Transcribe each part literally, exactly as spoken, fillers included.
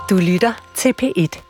Du lytter til P et.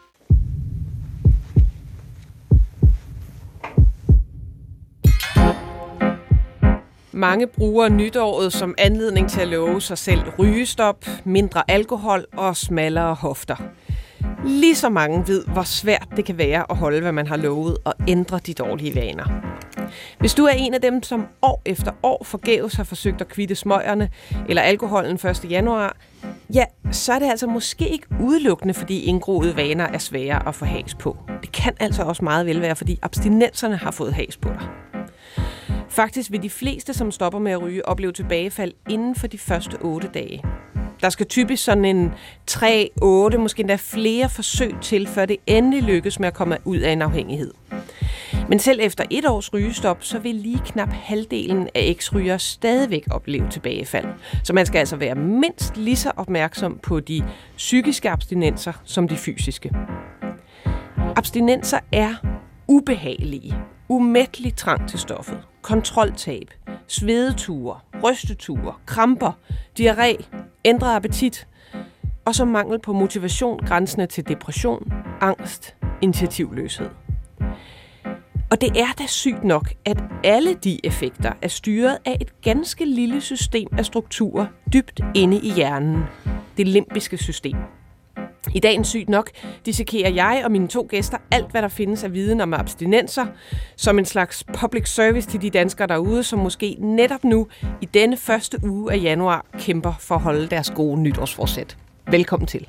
Mange bruger nytåret som anledning til at love sig selv rygestop, mindre alkohol og smallere hofter. Lige så mange ved, hvor svært det kan være at holde, hvad man har lovet, og ændre de dårlige vaner. Hvis du er en af dem, som år efter år forgæves har forsøgt at kvitte smøgerne eller alkoholen første januar, ja, så er det altså måske ikke udelukkende, fordi indgroede vaner er svære at få has på. Det kan altså også meget vel være, fordi abstinenserne har fået has på dig. Faktisk vil de fleste, som stopper med at ryge, opleve tilbagefald inden for de første otte dage. Der skal typisk sådan en tre, otte, måske endda flere forsøg til, før det endelig lykkes med at komme ud af en afhængighed. Men selv efter et års rygestop, så vil lige knap halvdelen af eks-rygere stadigvæk opleve tilbagefald. Så man skal altså være mindst lige så opmærksom på de psykiske abstinenser som de fysiske. Abstinenser er ubehagelige, umættelig trang til stoffet, kontroltab, svedeture, rysteture, kramper, diarré, ændret appetit og så mangel på motivation grænsende til depression, angst, initiativløshed. Og det er da sygt nok, at alle de effekter er styret af et ganske lille system af strukturer dybt inde i hjernen, det limbiske system. I dagens Sygt Nok dissekerer jeg og mine to gæster alt, hvad der findes af viden om abstinenser, som en slags public service til de danskere derude, som måske netop nu i denne første uge af januar kæmper for at holde deres gode nytårsforsæt. Velkommen til.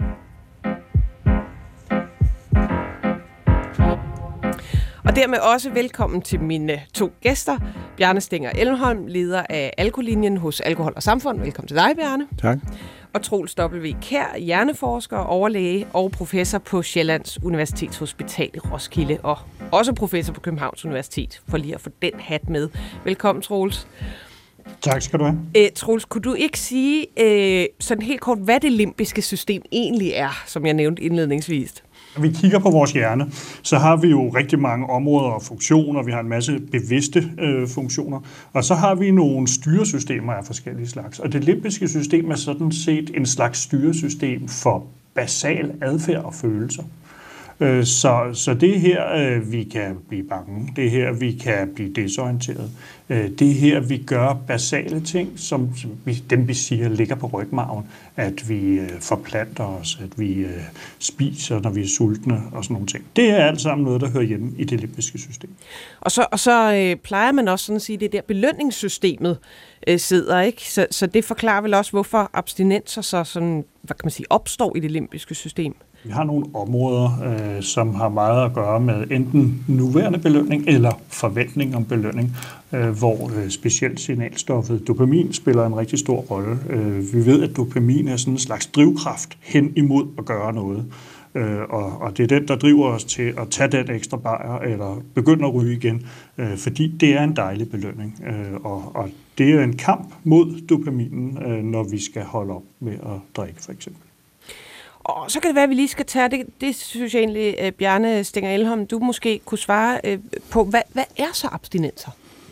Og dermed også velkommen til mine to gæster. Bjarne Stenger Elmholm, leder af Alkolinjen hos Alkohol og Samfund. Velkommen til dig, Bjarne. Tak. Og Troels W. Kjær, hjerneforsker, overlæge og professor på Sjællands Universitetshospital i Roskilde, og også professor på Københavns Universitet, for lige at få den hat med. Velkommen, Troels. Tak skal du have. Æ, Troels, kunne du ikke sige øh, sådan helt kort, hvad det limbiske system egentlig er, som jeg nævnte indledningsvis? Når vi kigger på vores hjerne, så har vi jo rigtig mange områder og funktioner. Vi har en masse bevidste øh, funktioner, og så har vi nogle styresystemer af forskellige slags. Og det limbiske system er sådan set en slags styresystem for basal adfærd og følelser. Så, så det her, vi kan blive bange, det her, vi kan blive desorienteret, det her, vi gør basale ting, som vi, dem vi siger ligger på rygmarven, at vi forplanter os, at vi spiser, når vi er sultne og sådan nogle ting. Det er alt sammen noget, der hører hjemme i det limbiske system. Og så, og så øh, plejer man også sådan at sige, at det der belønningssystemet øh, sidder, ikke? Så, så det forklarer vel også, hvorfor abstinenser så sådan, hvad kan man sige, opstår i det limbiske system. Vi har nogle områder, øh, som har meget at gøre med enten nuværende belønning eller forventning om belønning, øh, hvor øh, specielt signalstoffet dopamin spiller en rigtig stor rolle. Øh, vi ved, at dopamin er sådan en slags drivkraft hen imod at gøre noget. Øh, og, og det er den, der driver os til at tage den ekstra bajer eller begynde at ryge igen, øh, fordi det er en dejlig belønning. Øh, og, og det er en kamp mod dopaminen, øh, når vi skal holde op med at drikke, for eksempel. Og så kan det være, at vi lige skal tage det. Det synes jeg egentlig, Bjarne Stenger Elmholm, du måske kunne svare på. Hvad, hvad er så abstinenser?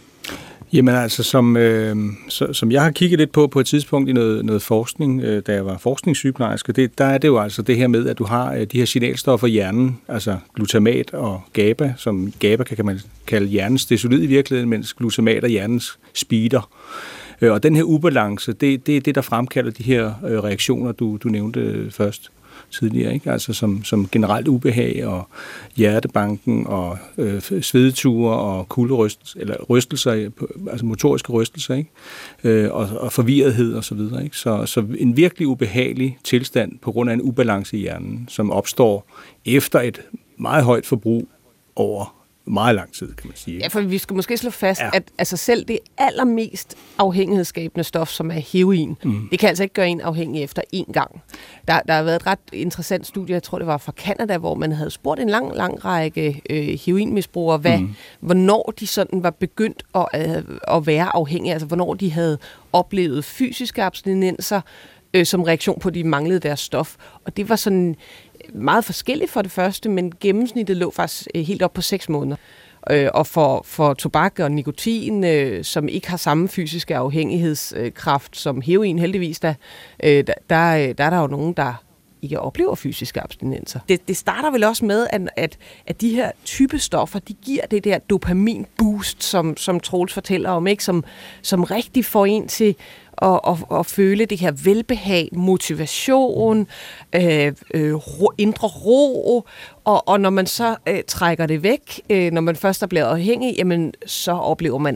Jamen altså, som, øh, så, som jeg har kigget lidt på på et tidspunkt i noget, noget forskning, øh, da jeg var forskningssygeplejerske, det, der er det jo altså det her med, at du har øh, de her signalstoffer i hjernen, altså glutamat og GABA, som GABA kan man kalde hjernens desolid i virkeligheden, mens glutamat er hjernens speeder. Øh, og den her ubalance, det, det er det, der fremkalder de her øh, reaktioner, du, du nævnte først. Tidligere, ikke? Altså som, som generelt ubehag og hjertebanken og øh, svedeture og kulderystelser, eller rystelser, altså motoriske rystelser, ikke? Øh, og, og forvirrethed og så videre, ikke? Så, så en virkelig ubehagelig tilstand på grund af en ubalance i hjernen, som opstår efter et meget højt forbrug over meget lang tid, kan man sige. Ja, for vi skal måske slå fast, ja. at altså selv det allermest afhængighedsskabende stof, som er heroin, mm. det kan altså ikke gøre en afhængig efter én gang. Der, der har været et ret interessant studie, jeg tror det var fra Canada, hvor man havde spurgt en lang, lang række øh, heroinmisbrugere, hvad, mm. hvornår de sådan var begyndt at, øh, at være afhængige, altså hvornår de havde oplevet fysiske abstinenser øh, som reaktion på, at de manglede deres stof. Og det var sådan meget forskelligt for det første, men gennemsnittet lå faktisk helt op på seks måneder. Og for, for tobak og nikotin, øh, som ikke har samme fysiske afhængighedskraft som heroin heldigvis, der, øh, der, der er der jo nogen, der ikke oplever fysiske abstinenser. Det, det starter vel også med, at, at, at de her type stoffer, de giver det der dopamin-boost, som, som Troels fortæller om, ikke? Som, som rigtig får en til at, at, at føle det her velbehag, motivation, øh, øh, ro, indre ro, og, og når man så øh, trækker det væk, øh, når man først er blevet afhængig, jamen, så oplever man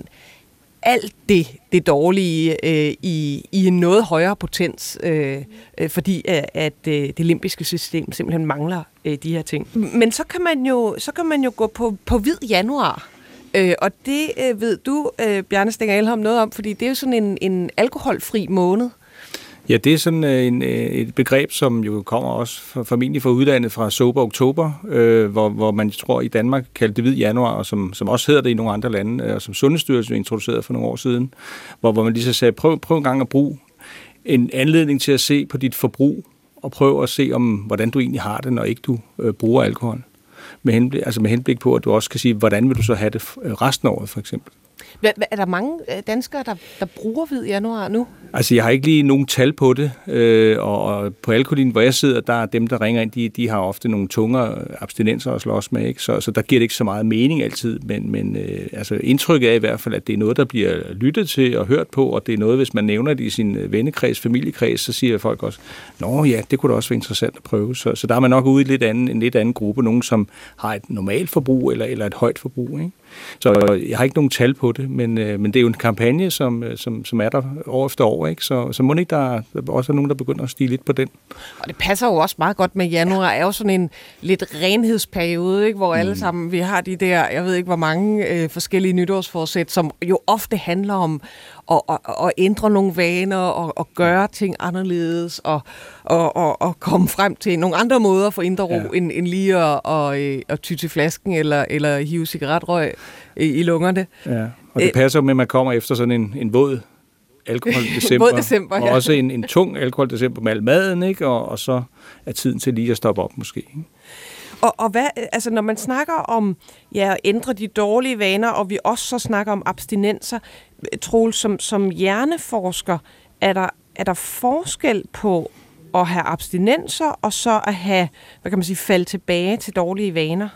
alt det, det dårlige øh, i, i en noget højere potens, øh, øh, fordi øh, at øh, det limbiske system simpelthen mangler øh, de her ting. Men så kan man jo, så kan man jo gå på, på hvid januar, øh, og det øh, ved du, øh, Bjarne Stender-Elholm, noget om, fordi det er jo sådan en, en alkoholfri måned. Ja, det er sådan en, et begreb, som jo kommer også for, formentlig fra udlandet fra Sober Oktober, øh, hvor, hvor man tror i Danmark kaldte det hvid januar, og som, som også hedder det i nogle andre lande, og som Sundhedsstyrelsen introducerede for nogle år siden, hvor, hvor man lige så sagde, prøv, prøv en gang at bruge en anledning til at se på dit forbrug, og prøv at se, om hvordan du egentlig har det, når ikke du øh, bruger alkohol. Med henblik, altså med henblik på, at du også kan sige, hvordan vil du så have det resten af året, for eksempel. Er der mange danskere, der, der bruger hvid januar nu? Altså, jeg har ikke lige nogen tal på det, øh, og på Alkolin, hvor jeg sidder, der er dem, der ringer ind, de, de har ofte nogle tungere abstinenser at slås med, ikke? Så, så der giver det ikke så meget mening altid, men, men øh, altså, indtrykket er i hvert fald, at det er noget, der bliver lyttet til og hørt på, og det er noget, hvis man nævner det i sin vennekreds, familiekreds, så siger folk også, nå ja, det kunne da også være interessant at prøve. Så, så der er man nok ude i lidt anden, en lidt anden gruppe, nogen som har et normalt forbrug eller, eller et højt forbrug, ikke? Så jeg har ikke nogen tal på det, men, øh, men det er jo en kampagne, som, som, som er der år efter år, ikke? Så, så må ikke der, der også er nogen, der begynder at stige lidt på den. Og det passer jo også meget godt med januar, er jo sådan en lidt renhedsperiode, ikke? Hvor alle mm. sammen, vi har de der, jeg ved ikke hvor mange øh, forskellige nytårsforsæt, som jo ofte handler om at, at, at ændre nogle vaner og at gøre ting anderledes og, og, og, og komme frem til nogle andre måder for indre ro, ja. end, end lige at, at, at ty til flasken eller, eller hive cigaretrøg i lungerne. Ja, og det passer jo med, at man kommer efter sådan en, en våd alkoholdecember, våd december, ja. og også en, en tung alkoholdecember med al maden, ikke? Og, og så er tiden til lige at stoppe op måske. Ikke? Og, og hvad, altså når man snakker om ja, at ændre de dårlige vaner, og vi også så snakker om abstinenser, Troels, som, som hjerneforsker, er der, er der forskel på at have abstinenser, og så at have, hvad kan man sige, falde tilbage til dårlige vaner?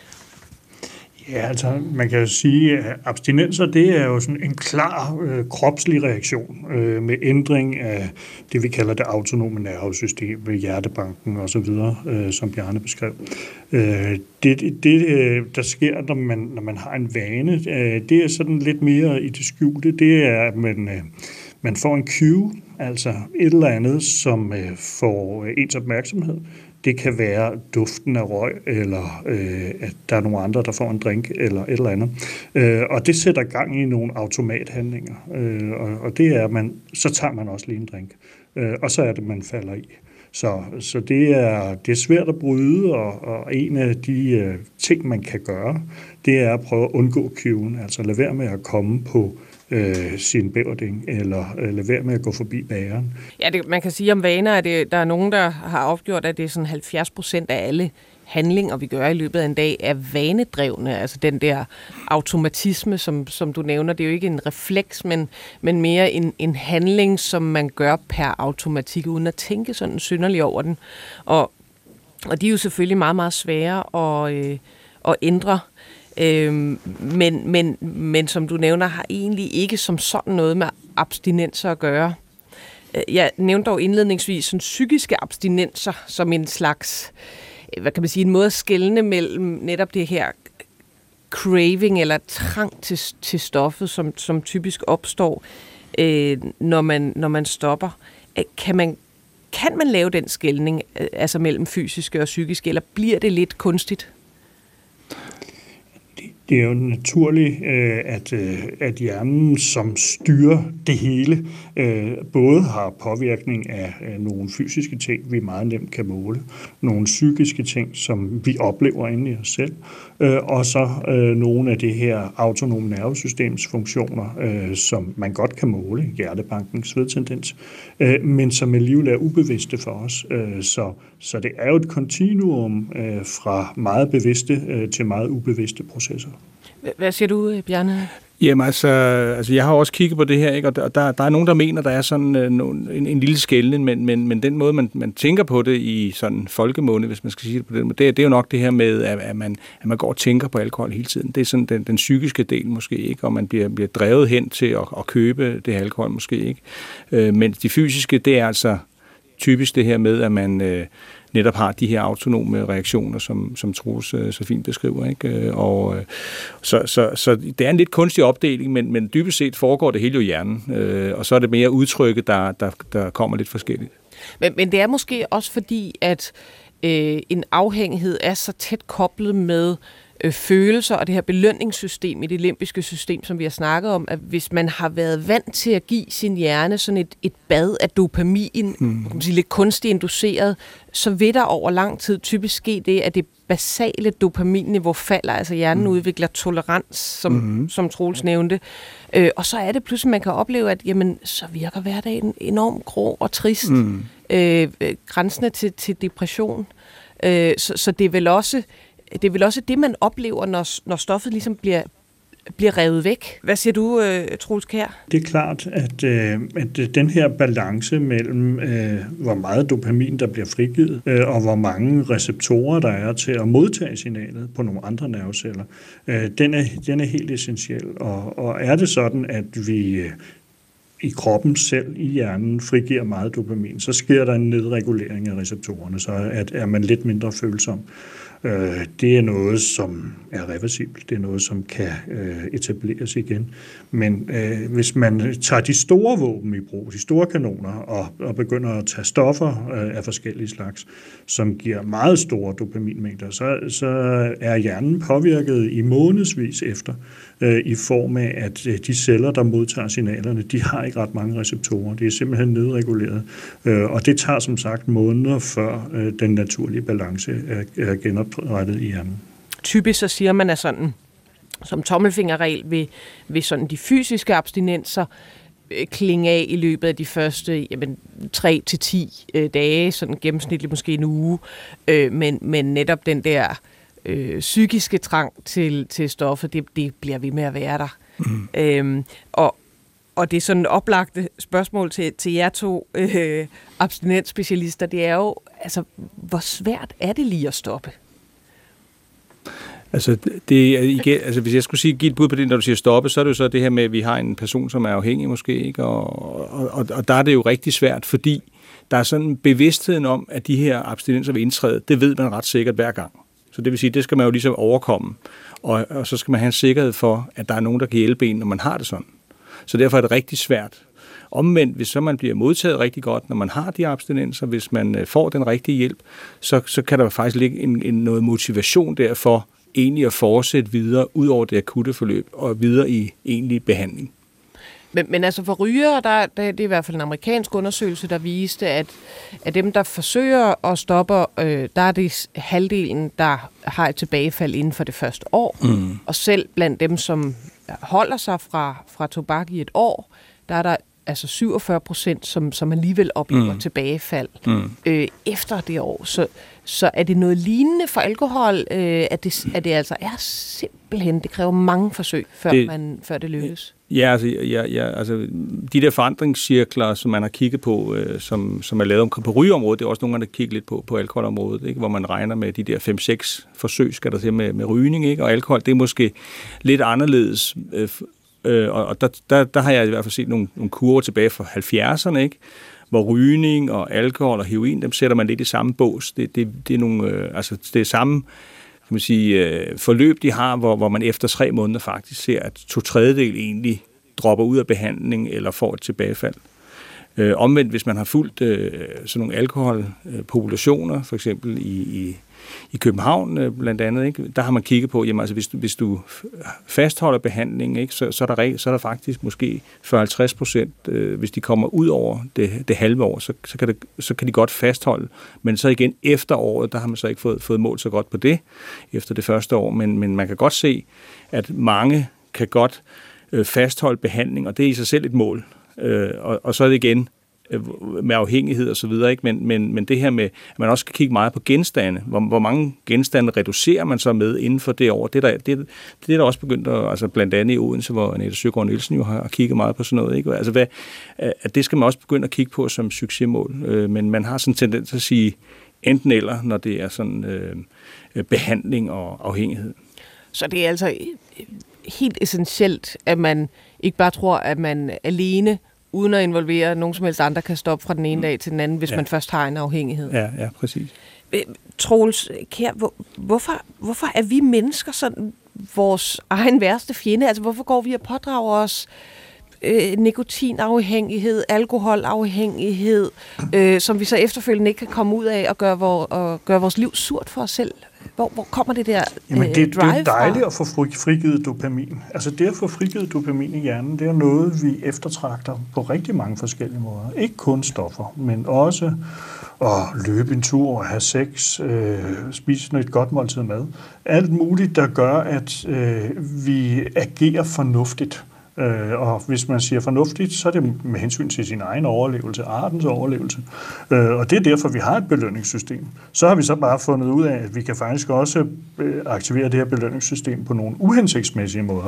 Ja, altså man kan jo sige, at abstinenser, det er jo sådan en klar øh, kropslig reaktion øh, med ændring af det, vi kalder det autonome nervesystem ved hjertebanken og så videre, øh, som Bjarne beskrev. Øh, det, det, der sker, når man, når man har en vane, øh, det er sådan lidt mere i det skjulte. Det er, at man, øh, man får en cue, altså et eller andet, som øh, får ens opmærksomhed. Det kan være duften af røg, eller øh, at der er nogle andre, der får en drink, eller et eller andet. Øh, og det sætter gang i nogle automathandlinger. Øh, og, og det er, man, så tager man også lige en drink. Øh, og så er det, man falder i. Så, så det, er, det er svært at bryde, og, og en af de øh, ting, man kan gøre, det er at prøve at undgå cueen. Altså lade være med at komme på Øh, sin bæverding, eller øh, lade være med at gå forbi bageren. Ja, det, man kan sige om vaner, at det, der er nogen, der har opgjort, at det er sådan halvfjerds procent af alle handlinger, vi gør i løbet af en dag, er vanedrevne. Altså den der automatisme, som, som du nævner, det er jo ikke en refleks, men, men mere en, en handling, som man gør per automatik, uden at tænke sådan synderligt over den. Og, og de er jo selvfølgelig meget, meget svære at, øh, at ændre. Øhm, men, men, men som du nævner, har egentlig ikke som sådan noget med abstinenser at gøre. Jeg nævnte dog indledningsvis sådan psykiske abstinenser som en slags, hvad kan man sige, en måde at skelne mellem netop det her craving eller trang til, til stoffet, som, som typisk opstår, øh, når, man, når man stopper. Kan man, kan man lave den skelning, altså mellem fysiske og psykiske, eller bliver det lidt kunstigt? Det er jo naturligt, at, at hjernen, som styrer det hele, både har påvirkning af nogle fysiske ting, vi meget nemt kan måle, nogle psykiske ting, som vi oplever inde i os selv, og så nogle af det her autonome nervesystems funktioner, som man godt kan måle, hjertebankens svedtendens, men som alligevel er ubevidste for os. Så, så det er jo et kontinuum fra meget bevidste til meget ubevidste processer. Hvad siger du, Bjarne? Jamen altså, altså, jeg har også kigget på det her, ikke? Og der, der, der er nogen, der mener, der er sådan øh, en, en lille skelnen, men, men, men den måde, man, man tænker på det i sådan folkemunde, hvis man skal sige det på den måde, det, det er jo nok det her med, at, at, man, at man går og tænker på alkohol hele tiden. Det er sådan den, den psykiske del måske, ikke? Og man bliver, bliver drevet hen til at, at købe det her alkohol måske, ikke? Øh, men de fysiske, det er altså typisk det her med, at man øh, netop har de her autonome reaktioner, som, som Troels øh, så fint beskriver. Ikke? Og, øh, så, så, så det er en lidt kunstig opdeling, men, men dybest set foregår det hele jo i hjernen, øh, og så er det mere udtrykket, der, der, der kommer lidt forskelligt. Men, men det er måske også fordi, at øh, en afhængighed er så tæt koblet med øh, følelser og det her belønningssystem i det limbiske system, som vi har snakket om, at hvis man har været vant til at give sin hjerne sådan et, et bad af dopamin, mm. kan man sige, lidt kunstigt induceret, så vil der over lang tid typisk ske det, at det basale dopaminniveau falder, altså hjernen mm. udvikler tolerans, som, mm. som Troels nævnte. Øh, og så er det pludselig, man kan opleve, at jamen, så virker hverdagen enormt grå og trist, mm. øh, grænsende til, til depression. Øh, så, så det er vel også det, er vel også det man oplever, når, når stoffet ligesom bliver bliver revet væk. Hvad siger du, Troels Kjær? Det er klart, at, øh, at den her balance mellem, øh, hvor meget dopamin, der bliver frigivet, øh, og hvor mange receptorer, der er til at modtage signalet på nogle andre nerveceller, øh, den, er, den er helt essentiel. Og, og er det sådan, at vi øh, i kroppen selv, i hjernen, frigiver meget dopamin, så sker der en nedregulering af receptorerne, så at, er man lidt mindre følsom. Det er noget, som er reversibelt. Det er noget, som kan øh, etableres igen. Men øh, hvis man tager de store våben i brug, de store kanoner, og, og begynder at tage stoffer øh, af forskellige slags, som giver meget store dopaminmængder, så, så er hjernen påvirket i månedsvis efter, øh, i form af, at øh, de celler, der modtager signalerne, de har ikke ret mange receptorer. De er simpelthen nedreguleret. Øh, og det tager som sagt måneder, før øh, den naturlige balance er, er genoprettet i hjernen. Typisk så siger man, at sådan, som tommelfingerregel ved, ved sådan de fysiske abstinenser øh, klinge af i løbet af de første jamen, tre til ti øh, dage, sådan gennemsnitligt måske en uge, øh, men, men netop den der øh, psykiske trang til, til stoffet, det, det bliver ved med at være der. Mm. Øhm, og, og det er sådan et oplagte spørgsmål til, til jer to øh, abstinensspecialister, det er jo, altså, hvor svært er det lige at stoppe? Altså, det, igen, altså, hvis jeg skulle sige, give et bud på det, når du siger stoppe, så er det jo så det her med, at vi har en person, som er afhængig måske, ikke? Og, og, og der er det jo rigtig svært, fordi der er sådan bevidstheden om, at de her abstinenser vil indtræde, det ved man ret sikkert hver gang. Så det vil sige, det skal man jo ligesom overkomme, og, og så skal man have en sikkerhed for, at der er nogen, der kan hjælpe en, når man har det sådan. Så derfor er det rigtig svært. Omvendt, hvis så man bliver modtaget rigtig godt, når man har de abstinenser, hvis man får den rigtige hjælp, så, så kan der faktisk ligge en, en, noget motivation derfor, egentlig at fortsætte videre ud over det akutte forløb og videre i egentlig behandling. Men, men altså for rygere, der, der, det er i hvert fald en amerikansk undersøgelse, der viste, at, at dem, der forsøger at stoppe, øh, der er det halvdelen, der har et tilbagefald inden for det første år. Mm. Og selv blandt dem, som holder sig fra, fra tobak i et år, der er der altså syvogfyrre procent, som, som alligevel oplever mm. tilbagefald mm. Øh, efter det år. Så, så er det noget lignende for alkohol, øh, at, det, at det altså er simpelthen, det kræver mange forsøg, før, det, man, før det lykkes? Ja, altså, ja, ja, altså de der forandringscirkler, som man har kigget på, øh, som, som er lavet om på rygeområdet, det er også nogle, der kigger lidt på, på alkoholområdet, ikke? Hvor man regner med de der fem seks forsøg, skal der til med, med rygning, ikke? Og alkohol, det er måske lidt anderledes. Øh, øh, og der, der, der har jeg i hvert fald set nogle, nogle kurver tilbage fra halvfjerdserne, ikke? Hvor rygning og alkohol og heroin, dem sætter man lidt i samme bås. Det, det, det er nogle, øh, altså det er samme kan man sige, øh, forløb, de har, hvor, hvor man efter tre måneder faktisk ser, at to tredjedel egentlig dropper ud af behandling eller får et tilbagefald. Øh, omvendt, hvis man har fulgt øh, sådan nogle alkoholpopulationer, for eksempel i, i, i København øh, blandt andet, ikke? Der har man kigget på, jamen altså hvis du, hvis du fastholder behandlingen, ikke, så, så, er der, så er der faktisk måske fyrre til halvtreds procent, øh, hvis de kommer ud over det, det halve år, så, så, kan det, så kan de godt fastholde. Men så igen efter året, der har man så ikke fået, fået målt så godt på det, efter det første år, men, men man kan godt se, at mange kan godt øh, fastholde behandling, og det er i sig selv et mål. Øh, og, og så er det igen med afhængighed og så videre, ikke? Men, men, men det her med, at man også skal kigge meget på genstande. Hvor, hvor mange genstande reducerer man så med inden for det år? Det er der, det, det er der også begyndt at, altså blandt andet i Odense, hvor Annette Søgaard Nielsen jo har kigget meget på sådan noget, ikke? Altså hvad, at det skal man også begynde at kigge på som succesmål. Men man har sådan en tendens til at sige enten eller, når det er sådan øh, behandling og afhængighed. Så det er altså helt essentielt, at man ikke bare tror, at man alene uden at involvere nogen som helst andre, kan stoppe fra den ene dag til den anden, hvis ja. man først har en afhængighed. Ja, ja, præcis. Troels Kjær, hvor, hvorfor, hvorfor er vi mennesker sådan vores egen værste fjende? Altså, hvorfor går vi og pådrager os øh, nikotinafhængighed, alkoholafhængighed, øh, som vi så efterfølgende ikke kan komme ud af og gøre, vor, og gøre vores liv surt for os selv? Hvor, hvor kommer det der øh, Jamen det, drive det er dejligt fra? at få frigivet dopamin. Altså det at få frigivet dopamin i hjernen, det er noget, vi eftertragter på rigtig mange forskellige måder. Ikke kun stoffer, men også at løbe en tur, have sex, øh, spise et godt måltid mad. Alt muligt, der gør, at øh, vi agerer fornuftigt. Øh, og hvis man siger fornuftigt, så er det med hensyn til sin egen overlevelse, artens overlevelse. Øh, og det er derfor, vi har et belønningssystem. Så har vi så bare fundet ud af, at vi kan faktisk også øh, aktivere det her belønningssystem på nogle uhensigtsmæssige måder.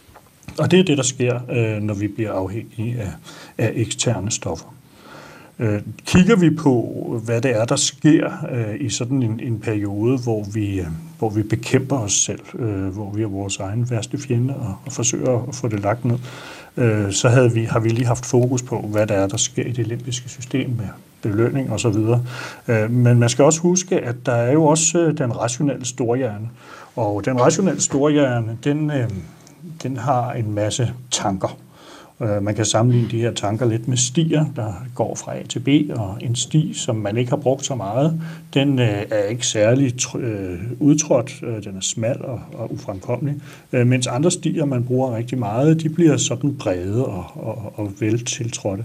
Og det er det, der sker, øh, når vi bliver afhængige af, af eksterne stoffer. Øh, kigger vi på, hvad det er, der sker øh, i sådan en, en periode, hvor vi, øh, hvor vi bekæmper os selv, øh, hvor vi er vores egen værste fjende og, og forsøger at få det lagt ned, øh, så havde vi, har vi lige haft fokus på, hvad der er, der sker i det limbiske system med belønning og så videre. Øh, men man skal også huske, at der er jo også øh, den rationelle storhjerne. Og den rationelle storhjerne, den, øh, den har en masse tanker. Man kan sammenligne de her tanker lidt med stier, der går fra A til B, og en sti, som man ikke har brugt så meget, den er ikke særlig udtrådt, den er smal og, og ufremkommelig, mens andre stier, man bruger rigtig meget, de bliver sådan brede og, og, og veltiltrådte.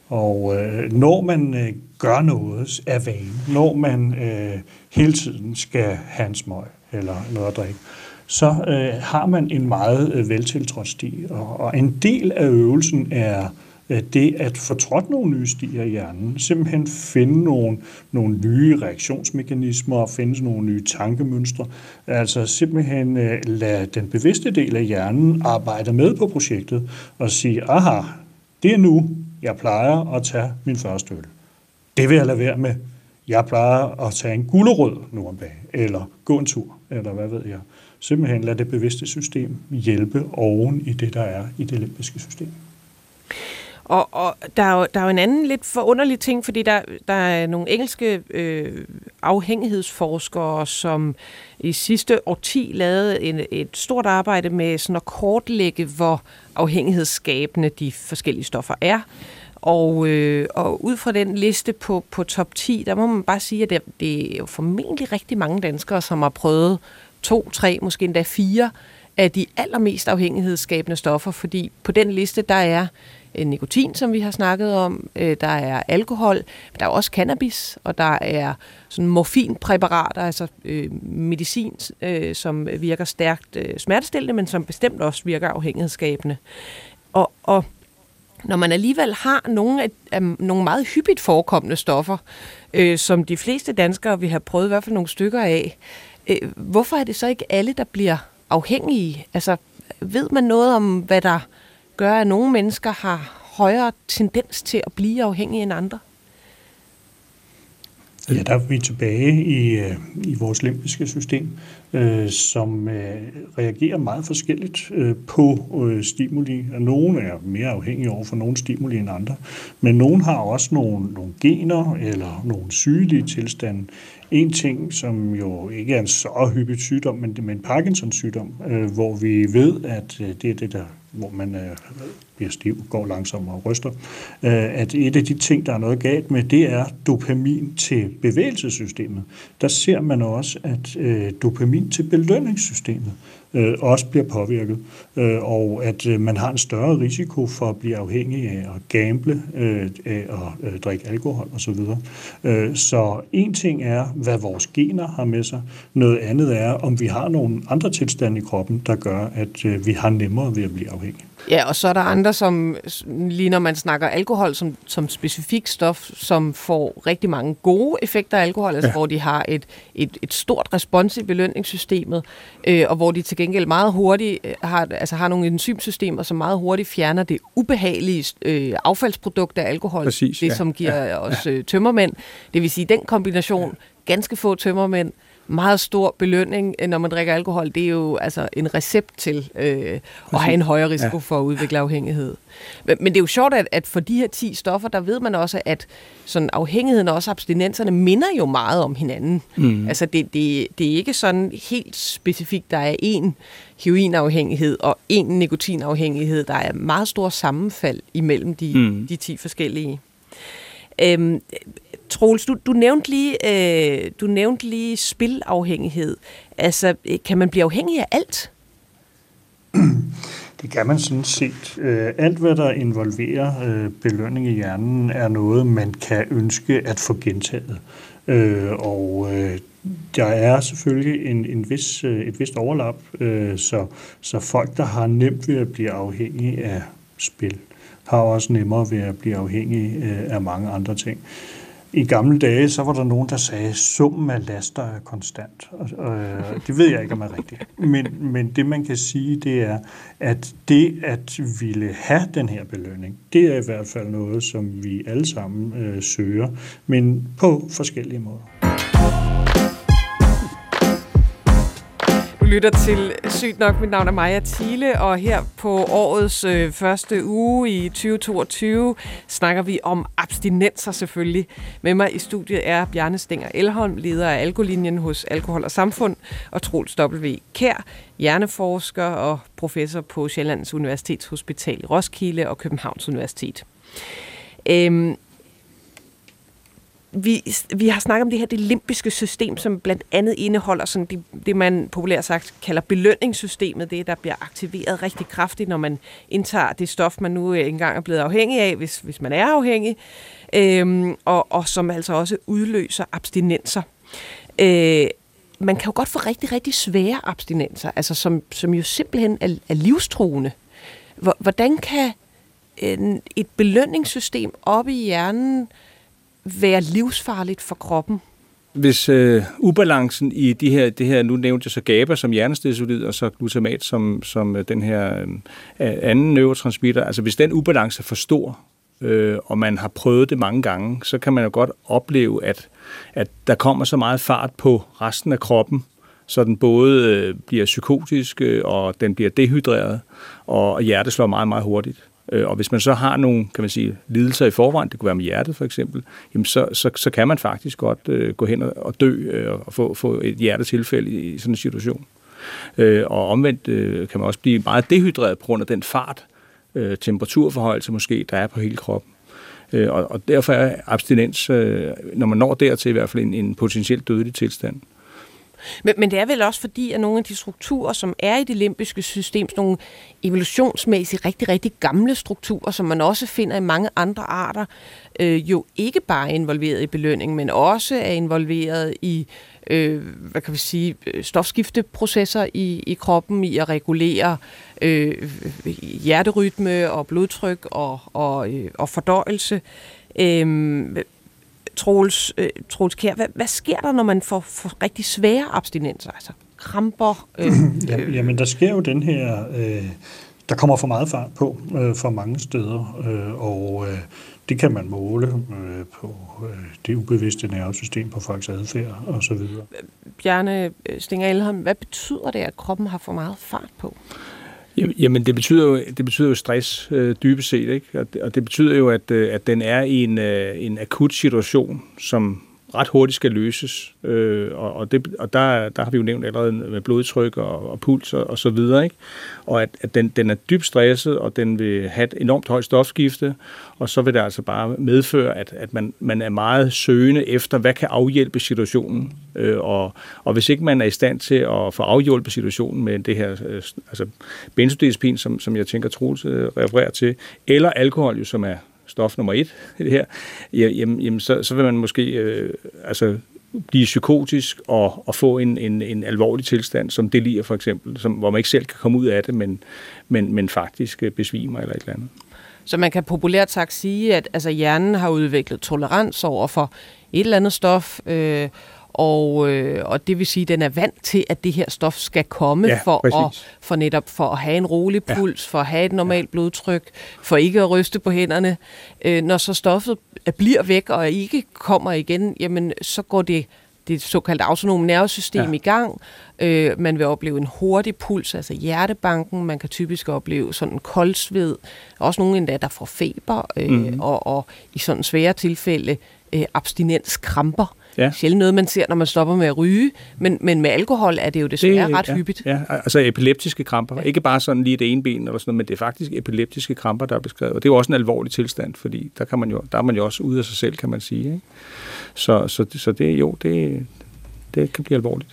Og øh, når man øh, gør noget af vane, når man øh, hele tiden skal have en smøg eller noget at drikke, så øh, har man en meget øh, veltiltrådt sti. Og, og en del af øvelsen er øh, det at få trådt nogle nye stier i hjernen, simpelthen finde nogle, nogle nye reaktionsmekanismer og finde nogle nye tankemønstre. Altså simpelthen øh, lade den bevidste del af hjernen arbejde med på projektet og sige, aha, det er nu, jeg plejer at tage min første øl. Det vil jeg lade være med. Jeg plejer at tage en gulerod nu om dagen, eller gå en tur, eller hvad ved jeg. Simpelthen lade det bevidste system hjælpe oven i det, der er i det limbiske system. Og, og der, er jo, der er jo en anden lidt forunderlig ting, fordi der, der er nogle engelske øh, afhængighedsforskere, som i sidste årti lavede en, et stort arbejde med sådan at kortlægge, hvor afhængighedsskabende de forskellige stoffer er. Og, øh, og ud fra den liste på, på top ti, der må man bare sige, at det, det er jo formentlig rigtig mange danskere, som har prøvet to, tre, måske endda fire af de allermest afhængighedsskabende stoffer, fordi på den liste, der er nikotin, som vi har snakket om, der er alkohol, der er også cannabis, og der er sådan morfinpræparater, altså øh, medicin, øh, som virker stærkt øh, smertestillende, men som bestemt også virker afhængighedsskabende. Og, og når man alligevel har nogle, af, af, nogle meget hyppigt forekommende stoffer, øh, som de fleste danskere vil have prøvet i hvert fald nogle stykker af, øh, hvorfor er det så ikke alle, der bliver afhængige? Altså, ved man noget om, hvad der gør, at nogle mennesker har højere tendens til at blive afhængige end andre? Ja, der er vi tilbage i, i vores limbiske system, øh, som øh, reagerer meget forskelligt øh, på øh, stimuli. Nogle er mere afhængige over for nogle stimuli end andre, men nogle har også nogle, nogle gener eller nogle sygelige tilstande. En ting, som jo ikke er en så hyppig sygdom, men det er en Parkinsons sygdom, øh, hvor vi ved, at øh, det er det, der, hvor man øh, bliver stiv, går langsommere og ryster, øh, at et af de ting, der er noget galt med, det er dopamin til bevægelsessystemet. Der ser man også, at øh, dopamin til belønningssystemet øh, også bliver påvirket, øh, og at øh, man har en større risiko for at blive afhængig af at gamble, øh, af at øh, drikke alkohol osv. Øh, så en ting er, hvad vores gener har med sig. Noget andet er, om vi har nogle andre tilstande i kroppen, der gør, at øh, vi har nemmere ved at blive afhængige. Ja, og så er der andre, som lige når man snakker alkohol som, som specifik stof, som får rigtig mange gode effekter af alkohol, altså ja. hvor de har et, et, et stort respons i belønningssystemet, øh, og hvor de til gengæld meget hurtigt har, altså har nogle enzymsystemer, som meget hurtigt fjerner det ubehagelige øh, affaldsprodukt af alkohol, Præcis, det ja. som giver ja. os øh, tømmermænd. Det vil sige, den kombination, ganske få tømmermænd, meget stor belønning, når man drikker alkohol, det er jo altså en recept til øh, at have en højere risiko ja. for at udvikle afhængighed. Men, men det er jo sjovt, at, at for de her ti stoffer, der ved man også, at sådan afhængigheden og også abstinenserne minder jo meget om hinanden. Mm. Altså det, det, det er ikke sådan helt specifikt, der er en heroinafhængighed og en nikotinafhængighed. Der er meget stor sammenfald imellem de, mm. de ti forskellige. Øhm, Troels, du, du, nævnte lige, øh, du nævnte lige spilafhængighed. Altså, kan man blive afhængig af alt? Det kan man sådan set. Alt, hvad der involverer belønning i hjernen, er noget, man kan ønske at få gentaget. Og der er selvfølgelig en, en vis, et vist overlap, så, så folk, der har nemt ved at blive afhængige af spil, har også nemmere ved at blive afhængige af mange andre ting. I gamle dage, så var der nogen, der sagde, at summen af laster er konstant. Og, øh, det ved jeg ikke, om er rigtigt. Men, men det, man kan sige, det er, at det at ville have den her belønning, det er i hvert fald noget, som vi alle sammen øh, søger, men på forskellige måder. Lytter til Sygt nok. Mit navn er Maja Thiele, og her på årets øh, første uge i tyve toogtyve snakker vi om abstinenser selvfølgelig. Med mig i studiet er Bjarne Stenger Elholm, leder af Alkolinjen hos Alkohol og Samfund, og Troels W. Kjær, hjerneforsker og professor på Sjællands Universitetshospital i Roskilde og Københavns Universitet. Øhm, Vi, vi har snakket om det her, det limbiske system, som blandt andet indeholder sådan det, det, man populært sagt kalder belønningssystemet. Det, der bliver aktiveret rigtig kraftigt, når man indtager det stof, man nu engang er blevet afhængig af, hvis, hvis man er afhængig, øhm, og, og som altså også udløser abstinenser. Øh, man kan jo godt få rigtig, rigtig svære abstinenser, altså som, som jo simpelthen er, er livstruende. Hvordan kan en, et belønningssystem oppe i hjernen være livsfarligt for kroppen? Hvis øh, ubalancen i de her, det her, nu nævnte jeg så GABA som hjernestesolid, og så glutamat som, som den her øh, anden neurotransmitter, altså hvis den ubalance er for stor, øh, og man har prøvet det mange gange, så kan man jo godt opleve, at, at der kommer så meget fart på resten af kroppen, så den både øh, bliver psykotisk, øh, og den bliver dehydreret, og hjertet slår meget, meget hurtigt. Og hvis man så har nogle, kan man sige, lidelser i forvejen, det kunne være med hjertet for eksempel, jamen så, så, så kan man faktisk godt øh, gå hen og dø øh, og få, få et hjertetilfælde i, i sådan en situation. Øh, og omvendt øh, kan man også blive meget dehydreret på grund af den fart, øh, temperaturforhøjelse måske, der er på hele kroppen. Øh, og, og derfor er abstinens, øh, når man når dertil i hvert fald en, en potentielt dødelig tilstand. Men, men det er vel også fordi, at nogle af de strukturer, som er i det limbiske system, nogle evolutionsmæssigt rigtig, rigtig gamle strukturer, som man også finder i mange andre arter, øh, jo ikke bare er involveret i belønning, men også er involveret i øh, hvad kan vi sige, stofskifteprocesser i, i kroppen, i at regulere øh, hjerterytme og blodtryk og, og, øh, og fordøjelse. Øh, Troels, øh, Troels Kjær, hvad, hvad sker der, når man får, får rigtig svære abstinenser, altså kramper? Øh, øh. Jamen, der sker jo den her, øh, der kommer for meget fart på øh, for mange steder, øh, og øh, det kan man måle øh, på øh, det ubevidste nervesystem, på folks adfærd og så videre. Bjarne Stenger Elholm, hvad betyder det, at kroppen har for meget fart på? Jamen, det betyder jo, det betyder jo stress, øh, dybest set, ikke? Og det, og det betyder jo, at, at den er i en, øh, en akut situation, som ret hurtigt skal løses. Øh, og og, det, og der, der har vi jo nævnt allerede med blodtryk og, og puls og, og så videre, ikke? Og at, at den, den er dybt stresset, og den vil have et enormt højt stofskifte, og så vil det altså bare medføre, at, at man, man er meget søgende efter, hvad kan afhjælpe situationen. Øh, og, og hvis ikke man er i stand til at få afhjulpet situationen med det her, øh, altså benzodiazepin, som, som jeg tænker Troels øh, refererer til, eller alkohol, jo, som er stof nummer et i det her, jamen, jamen så, så vil man måske øh, altså blive psykotisk og, og få en, en, en alvorlig tilstand, som delir for eksempel, som, hvor man ikke selv kan komme ud af det, men, men, men faktisk besvimer eller et eller andet. Så man kan populært sagt sige, at altså, hjernen har udviklet tolerans over for et eller andet stof, øh, og, øh, og det vil sige, at den er vant til, at det her stof skal komme ja, for, at, for netop for at have en rolig puls, ja. for at have et normalt ja. blodtryk, for ikke at ryste på hænderne. Øh, når så stoffet bliver væk og ikke kommer igen, jamen så går det det såkaldte autonome nervesystem ja. i gang. Øh, man vil opleve en hurtig puls, altså hjertebanken. Man kan typisk opleve sådan en koldsved. Også nogle endda, der får feber, øh, mm. og, og i sådan svære tilfælde øh, abstinenskramper. Ja. Sjældent noget, man ser, når man stopper med at ryge, men, men med alkohol er det jo desværre det, ret ja, hyppigt. Ja, altså epileptiske kramper. Ja. Ikke bare sådan lige det ene ben, eller sådan noget, men det er faktisk epileptiske kramper, der er beskrevet. Og det er jo også en alvorlig tilstand, fordi der, kan man jo, der er man jo også ude af sig selv, kan man sige. Ikke? Så, så, så det jo, det, det kan blive alvorligt.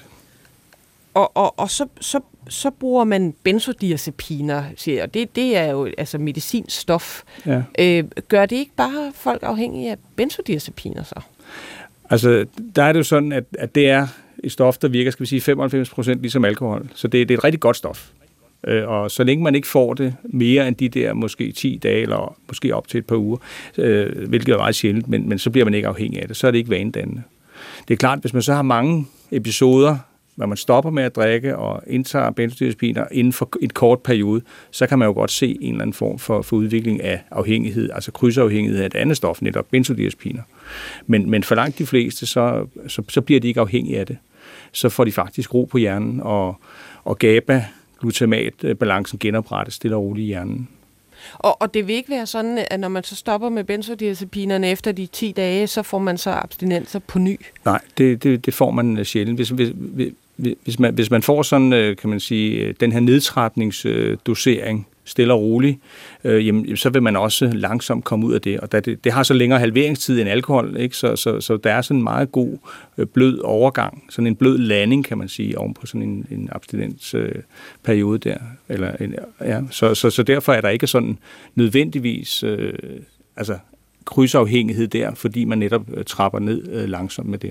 Og, og, og så, så, så bruger man benzodiazepiner, siger jeg. Det, det er jo altså medicinstof. Ja. Øh, gør det ikke bare folk afhængige af benzodiazepiner så? Altså, der er det jo sådan, at, at det er et stof, der virker, skal vi sige, femoghalvfems procent ligesom alkohol. Så det, det er et rigtig godt stof. Øh, og så længe man ikke får det mere end de der måske ti dage, eller måske op til et par uger, øh, hvilket er meget sjældent, men, men så bliver man ikke afhængig af det. Så er det ikke vanedannende. Det er klart, hvis man så har mange episoder, hvor man stopper med at drikke og indtager benzodiazepiner inden for en kort periode, så kan man jo godt se en eller anden form for, for udvikling af afhængighed, altså krydsafhængighed af et andet stof, netop benzodiazepiner. Men, men for langt de fleste, så, så, så bliver de ikke afhængige af det. Så får de faktisk ro på hjernen, og, og GABA, glutamat-balancen genoprettes stille og roligt i hjernen. Og, og det vil ikke være sådan, at når man så stopper med benzodiazepinerne efter de ti dage, så får man så abstinenser på ny? Nej, det, det, det får man sjældent. Hvis, hvis, hvis, man, hvis man får sådan, kan man sige, den her nedtrapningsdosering, stille og roligt, øh, jamen, så vil man også langsomt komme ud af det. Og det, det har så længere halveringstid end alkohol, ikke? Så, så, så der er sådan en meget god øh, blød overgang, sådan en blød landing, kan man sige, oven på sådan en, en abstinensperiode øh, der. Eller, en, ja. så, så, så derfor er der ikke sådan nødvendigvis øh, altså, krydsafhængighed der, fordi man netop øh, trapper ned øh, langsomt med det.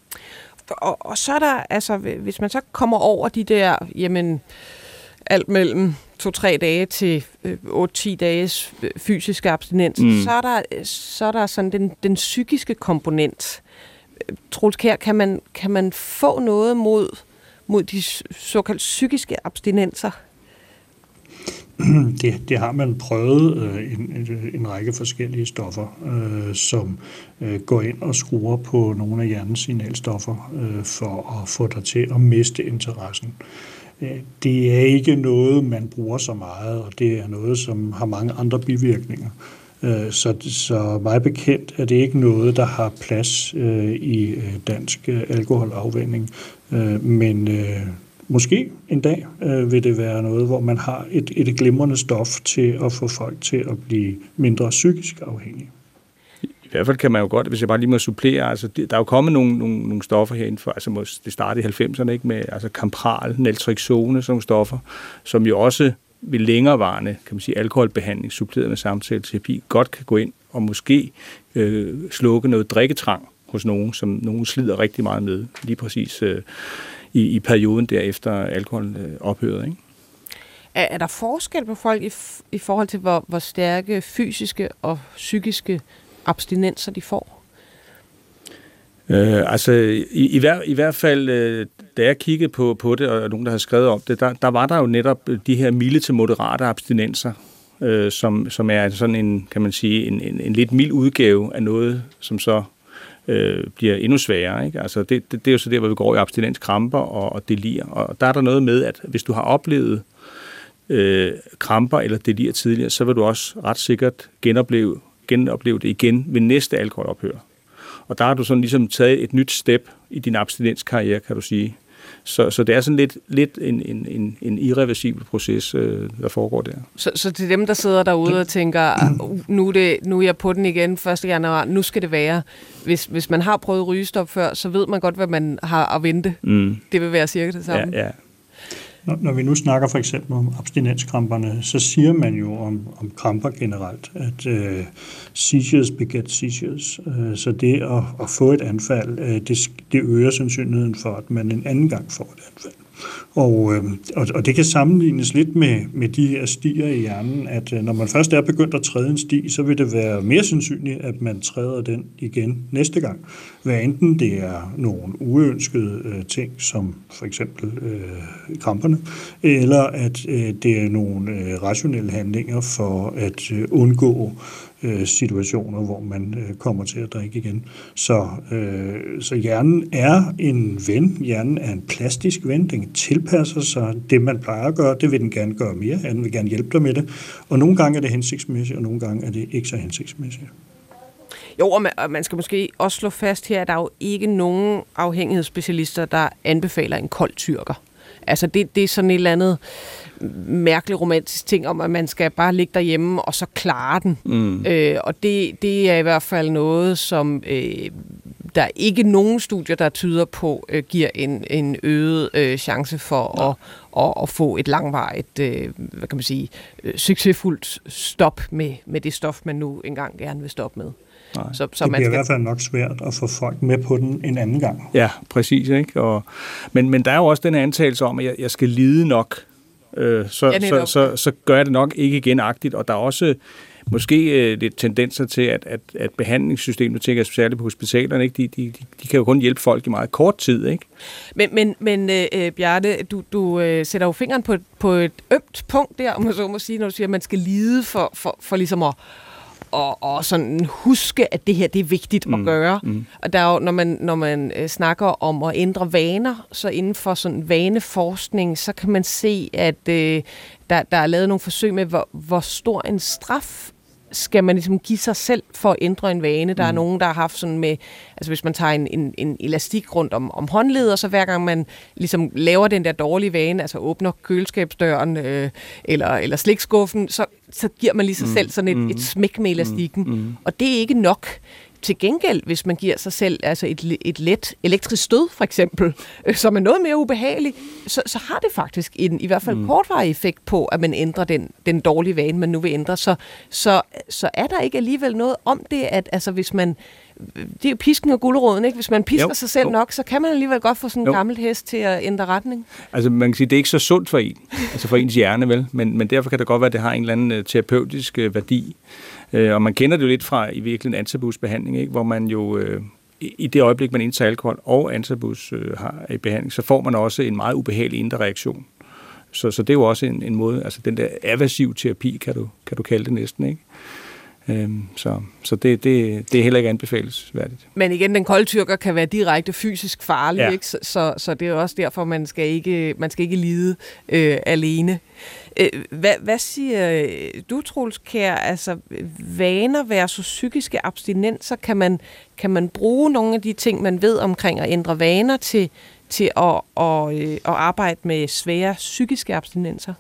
Og, og så er der, altså, hvis man så kommer over de der, jamen, alt mellem to-tre dage til øh, otte-ti dages fysiske abstinens, mm. så er der, så er der sådan den, den psykiske komponent. Troels Kjær, kan man, kan man få noget mod, mod de såkaldt psykiske abstinenser? Det, det har man prøvet øh, en, en, en række forskellige stoffer, øh, som øh, går ind og skruer på nogle af hjernens signalstoffer øh, for at få dig til at miste interessen. Det er ikke noget, man bruger så meget, og det er noget, som har mange andre bivirkninger. Så, så meget bekendt er det ikke noget, der har plads i dansk alkoholafvænning. Men måske en dag vil det være noget, hvor man har et, et glimrende stof til at få folk til at blive mindre psykisk afhængige. I hvert fald kan man jo godt, hvis jeg bare lige må supplere, altså der er jo kommet nogle, nogle, nogle stoffer herindenfor, altså det startede i halvfemserne, ikke, med altså Campral, Naltrexone, sådan nogle stoffer, som jo også ved længerevarende, kan man sige, alkoholbehandling, suppleret med samtaleterapi, godt kan gå ind og måske øh, slukke noget drikketrang hos nogen, som nogen slider rigtig meget med, lige præcis øh, i, i perioden derefter alkohol øh, ophøret, ikke? Er, er der forskel på folk i, i forhold til, hvor, hvor stærke fysiske og psykiske abstinenser de får? Øh, altså, i, i, hver, i hvert fald, øh, da jeg kiggede på, på det, og nogen, der har skrevet om det, der, der var der jo netop de her milde til moderate abstinenser, øh, som, som er sådan en, kan man sige, en, en, en lidt mild udgave af noget, som så øh, bliver endnu sværere. Ikke? Altså, det, det, det er jo så der, hvor vi går i abstinenskramper og, og delir. Og der er der noget med, at hvis du har oplevet øh, kramper eller delir tidligere, så vil du også ret sikkert genopleve genopleve det igen ved næste alkoholophør. Og der har du sådan ligesom taget et nyt step i din abstinenskarriere, kan du sige. Så, så det er sådan lidt, lidt en, en, en irreversibel proces, øh, der foregår der. Så, så til dem, der sidder derude og tænker, nu er, det, nu er jeg på den igen første januar, nu skal det være. Hvis, hvis man har prøvet rygestop før, så ved man godt, hvad man har at vente. Mm. Det vil være cirka det samme. Ja, ja. Når, når vi nu snakker for eksempel om abstinenskramperne, så siger man jo om, om kramper generelt, at øh, seizures beget seizures. Øh, så det at, at få et anfald, øh, det, det øger sandsynligheden for, at man en anden gang får et anfald. Og, øh, og, og det kan sammenlignes lidt med, med de her stier i hjernen, at øh, når man først er begyndt at træde en sti, så vil det være mere sandsynligt, at man træder den igen næste gang. Hvad enten det er nogle uønskede øh, ting, som for eksempel øh, kramperne, eller at øh, det er nogle øh, rationelle handlinger for at øh, undgå situationer, hvor man øh, kommer til at drikke igen. Så, øh, så hjernen er en ven. Hjernen er en plastisk ven. Den tilpasser sig det, man plejer at gøre. Det vil den gerne gøre mere. Den vil gerne hjælpe dig med det. Og nogle gange er det hensigtsmæssigt, og nogle gange er det ikke så hensigtsmæssigt. Jo, og man, og man skal måske også slå fast her, at der er jo ikke nogen afhængighedsspecialister, der anbefaler en kold tyrker. Altså det, det er sådan et eller andet mærkeligt romantisk ting om, at man skal bare ligge derhjemme og så klare den. Mm. Øh, og det, det er i hvert fald noget, som øh, der er ikke nogen studier, der tyder på, øh, giver en, en øget øh, chance for ja. at, at, at få et langvarigt, øh, hvad kan man sige, øh, succesfuldt stop med, med det stof, man nu engang gerne vil stoppe med. Så, så det bliver man skal... i hvert fald nok svært at få folk med på den en anden gang. Ja, præcis. Ikke? Og, men, men der er jo også den antagelse om, at jeg, jeg skal lide nok, øh, så, ja, så, så, så gør jeg det nok ikke igen-agtigt. Og der er også måske øh, lidt tendenser til, at, at, at behandlingssystemet, tænker jeg særligt på hospitalerne, ikke? De, de, de, de kan jo kun hjælpe folk i meget kort tid. Ikke? Men, men, men øh, Bjarte, du, du øh, sætter jo fingeren på, på et ømt punkt der, om man så må sige, når du siger, at man skal lide for, for, for ligesom at Og, og sådan huske, at det her det er vigtigt mm. at gøre. Mm. Og der er jo, når man, når man øh, snakker om at ændre vaner, så inden for sådan vaneforskning, så kan man se, at øh, der, der er lavet nogle forsøg med, hvor, hvor stor en straf skal man ligesom give sig selv for at ændre en vane. Der mm. er nogen, der har haft sådan med, altså hvis man tager en, en, en elastik rundt om, om håndleder, så hver gang man ligesom laver den der dårlige vane, altså åbner køleskabsdøren øh, eller, eller slikskuffen, så, så giver man lige sig mm. selv sådan et, mm. et smæk med elastikken. Mm. Og det er ikke nok. Til gengæld, hvis man giver sig selv altså et, et let elektrisk stød, for eksempel, øh, som er noget mere ubehageligt, så, så har det faktisk en i hvert fald mm. kortvarig effekt på, at man ændrer den, den dårlige vane, man nu vil ændre. Så, så, så er der ikke alligevel noget om det, at altså, hvis man... Det er jo pisken og guleroden, ikke? Hvis man pisker jo, sig selv jo. nok, så kan man alligevel godt få sådan en gammel hest til at ændre retning. Altså man kan sige, det er ikke så sundt for en, altså for ens hjerne, vel? Men, men derfor kan det godt være, at det har en eller anden uh, terapeutisk uh, værdi. Uh, og man kender det jo lidt fra i virkeligheden antabusbehandling, ikke? Hvor man jo uh, i det øjeblik, man indtager alkohol og antabus uh, har i behandling, så får man også en meget ubehagelig indre reaktion. Så, så det er jo også en, en måde, altså den der aversiv terapi, kan du, kan du kalde det næsten, ikke? Øhm, så så det, det, det er heller ikke anbefalesværdigt. Men igen, den kolde tyrker kan være direkte fysisk farlig, ja. ikke? Så, så, så det er også derfor, man skal ikke, man skal ikke lide øh, alene. Øh, hvad, hvad siger du, Troels Kjær? Altså, vaner versus psykiske abstinenser, kan man, kan man bruge nogle af de ting, man ved omkring at ændre vaner til, til at, at, øh, at arbejde med svære psykiske abstinenser?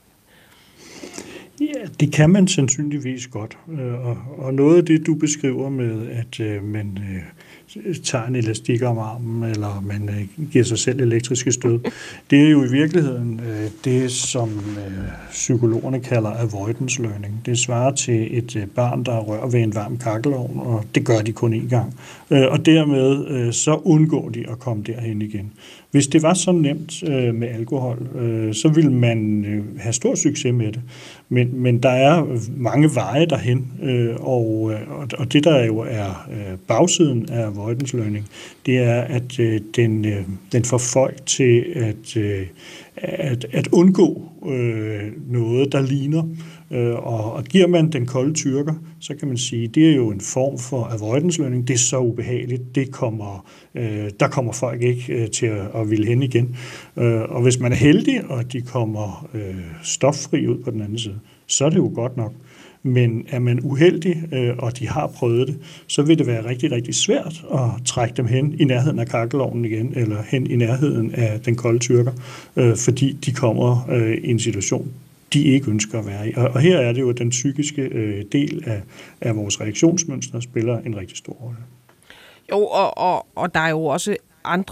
Ja, det kan man sandsynligvis godt. Og, og noget af det, du beskriver med, at øh, man øh, tager en elastik om armen, eller man øh, giver sig selv elektriske stød, det er jo i virkeligheden øh, det, som øh, psykologerne kalder avoidance learning. Det svarer til et øh, barn, der rører ved en varm kakkelovn, og det gør de kun én gang. Øh, og dermed øh, så undgår de at komme derhen igen. Hvis det var så nemt øh, med alkohol, øh, så ville man øh, have stor succes med det. Men, men der er mange veje derhen, øh, og, og det der jo er øh, bagsiden af avoidance learning, det er, at øh, den, øh, den får folk til at, øh, at, at undgå øh, noget, der ligner. Og, og giver man den kolde tyrker, så kan man sige, det er jo en form for avoidance learning. Det er så ubehageligt. Det kommer, øh, der kommer folk ikke øh, til at, at ville hen igen. Øh, og hvis man er heldig, og de kommer øh, stoffri ud på den anden side, så er det jo godt nok. Men er man uheldig, øh, og de har prøvet det, så vil det være rigtig, rigtig svært at trække dem hen i nærheden af kakkelovnen igen, eller hen i nærheden af den kolde tyrker, øh, fordi de kommer øh, i en situation, de ikke ønsker at være i. Og her er det jo, at den psykiske øh, del af, af vores reaktionsmønstre spiller en rigtig stor rolle. Jo, og, og, og der er jo også andre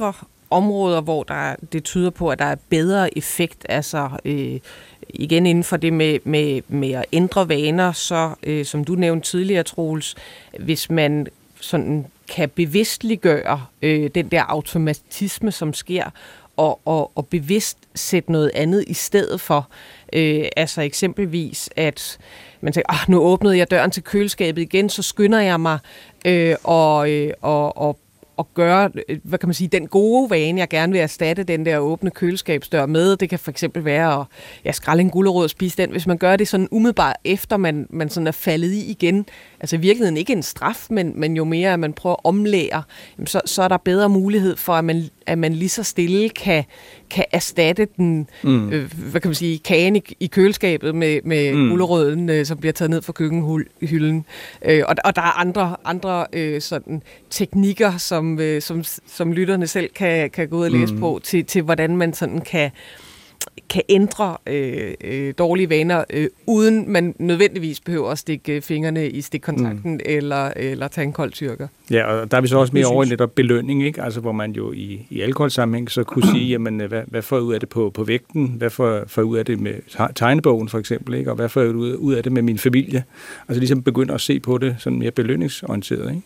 områder, hvor der, det tyder på, at der er bedre effekt, altså øh, igen inden for det med, med, med at ændre vaner, så øh, som du nævnte tidligere, Troels, hvis man sådan kan bevidstliggøre øh, den der automatisme, som sker, og, og, og bevidst sætte noget andet i stedet for. Øh, altså eksempelvis, at man tænker, ah, nu åbnede jeg døren til køleskabet igen, så skynder jeg mig øh, og, øh, og, og at gøre, hvad kan man sige, den gode vane, jeg gerne vil erstatte den der åbne køleskabsdør med. Det kan for eksempel være at ja, skrælle en gulerod og spise den. Hvis man gør det sådan umiddelbart efter, man, man sådan er faldet i igen, altså i virkeligheden ikke en straf, men, men jo mere, at man prøver at omlære, så, så er der bedre mulighed for, at man, at man lige så stille kan, kan erstatte den, mm. øh, hvad kan man sige, kagen i, i køleskabet med, med mm. gulerøden, øh, som bliver taget ned fra køkkenhylden. Øh, og, og der er andre, andre øh, sådan teknikker, som, øh, som, som lytterne selv kan, kan gå ud og læse mm. på, til, til hvordan man sådan kan kan ændre øh, øh, dårlige vaner, øh, uden man nødvendigvis behøver at stikke fingrene i stikkontakten mm. eller, eller tage en kold tyrker. Ja, og der er vi så også mere over i netop belønning, ikke? Altså, hvor man jo i, i alkoholsammenhæng så kunne sige, jamen, hvad, hvad får jeg ud af det på, på vægten? Hvad får jeg ud af det med tegnebogen, for eksempel? Ikke? Og hvad får jeg ud af det med min familie? Altså ligesom begynde at se på det sådan mere belønningsorienteret, ikke?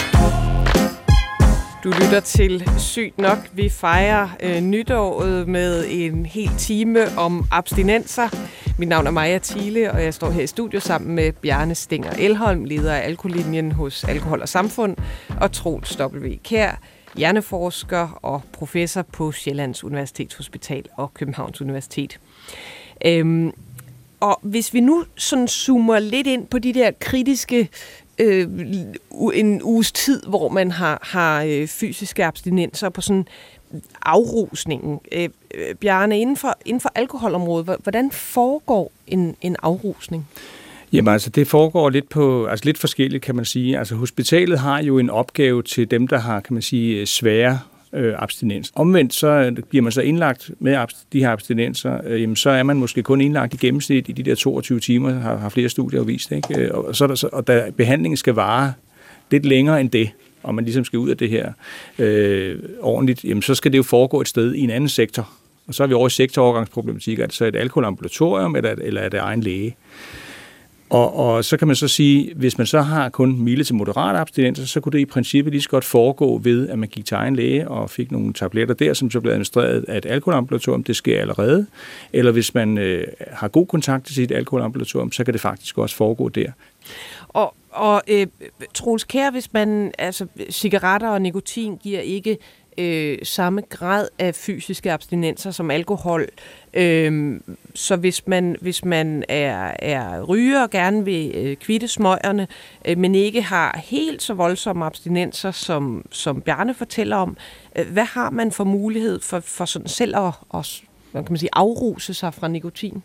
Du lytter til Sygt Nok. Vi fejrer øh, nytåret med en hel time om abstinenser. Mit navn er Maja Thiele, og jeg står her i studio sammen med Bjarne Stinger Elholm, leder af Alkolinjen hos Alkohol og Samfund, og Troels W. Kjær, hjerneforsker og professor på Sjællands Universitetshospital og Københavns Universitet. Øhm, og hvis vi nu sådan zoomer lidt ind på de der kritiske Øh, en uges tid, hvor man har, har øh, fysiske abstinenser på sådan afrusningen. Øh, Bjarne, inden for, inden for alkoholområdet, hvordan foregår en, en afrusning? Jamen altså, det foregår lidt på, altså lidt forskelligt, kan man sige. Altså hospitalet har jo en opgave til dem, der har, kan man sige, svære øh, abstinens. Omvendt så bliver man så indlagt med de her abstinenser, øh, jamen, så er man måske kun indlagt i gennemsnit i de der toogtyve timer, har, har flere studier vist, ikke? Og, så er der, så, og da behandlingen skal vare lidt længere end det, og man ligesom skal ud af det her øh, ordentligt, jamen, så skal det jo foregå et sted i en anden sektor. Og så er vi over i sektorovergangsproblematik, er det så et alkoholambulatorium, eller, eller er det egen læge? Og, og så kan man så sige, hvis man så har kun milde til moderat abstinenser, så kunne det i princippet lige så godt foregå ved, at man gik til egen læge og fik nogle tabletter der, som så blev administreret af et alkoholambulatorium. Det sker allerede. Eller hvis man øh, har god kontakt til sit alkoholambulatorium, så kan det faktisk også foregå der. Og, og øh, Troels Kjær, hvis man, altså cigaretter og nikotin giver ikke øh, samme grad af fysiske abstinenser som alkohol. Øh, så hvis man, hvis man er, er ryger og gerne vil øh, kvitte smøgerne, øh, men ikke har helt så voldsomme abstinenser, som, som Bjarne fortæller om, øh, hvad har man for mulighed for, for sådan selv at, at hvad kan man sige, afruse sig fra nikotin?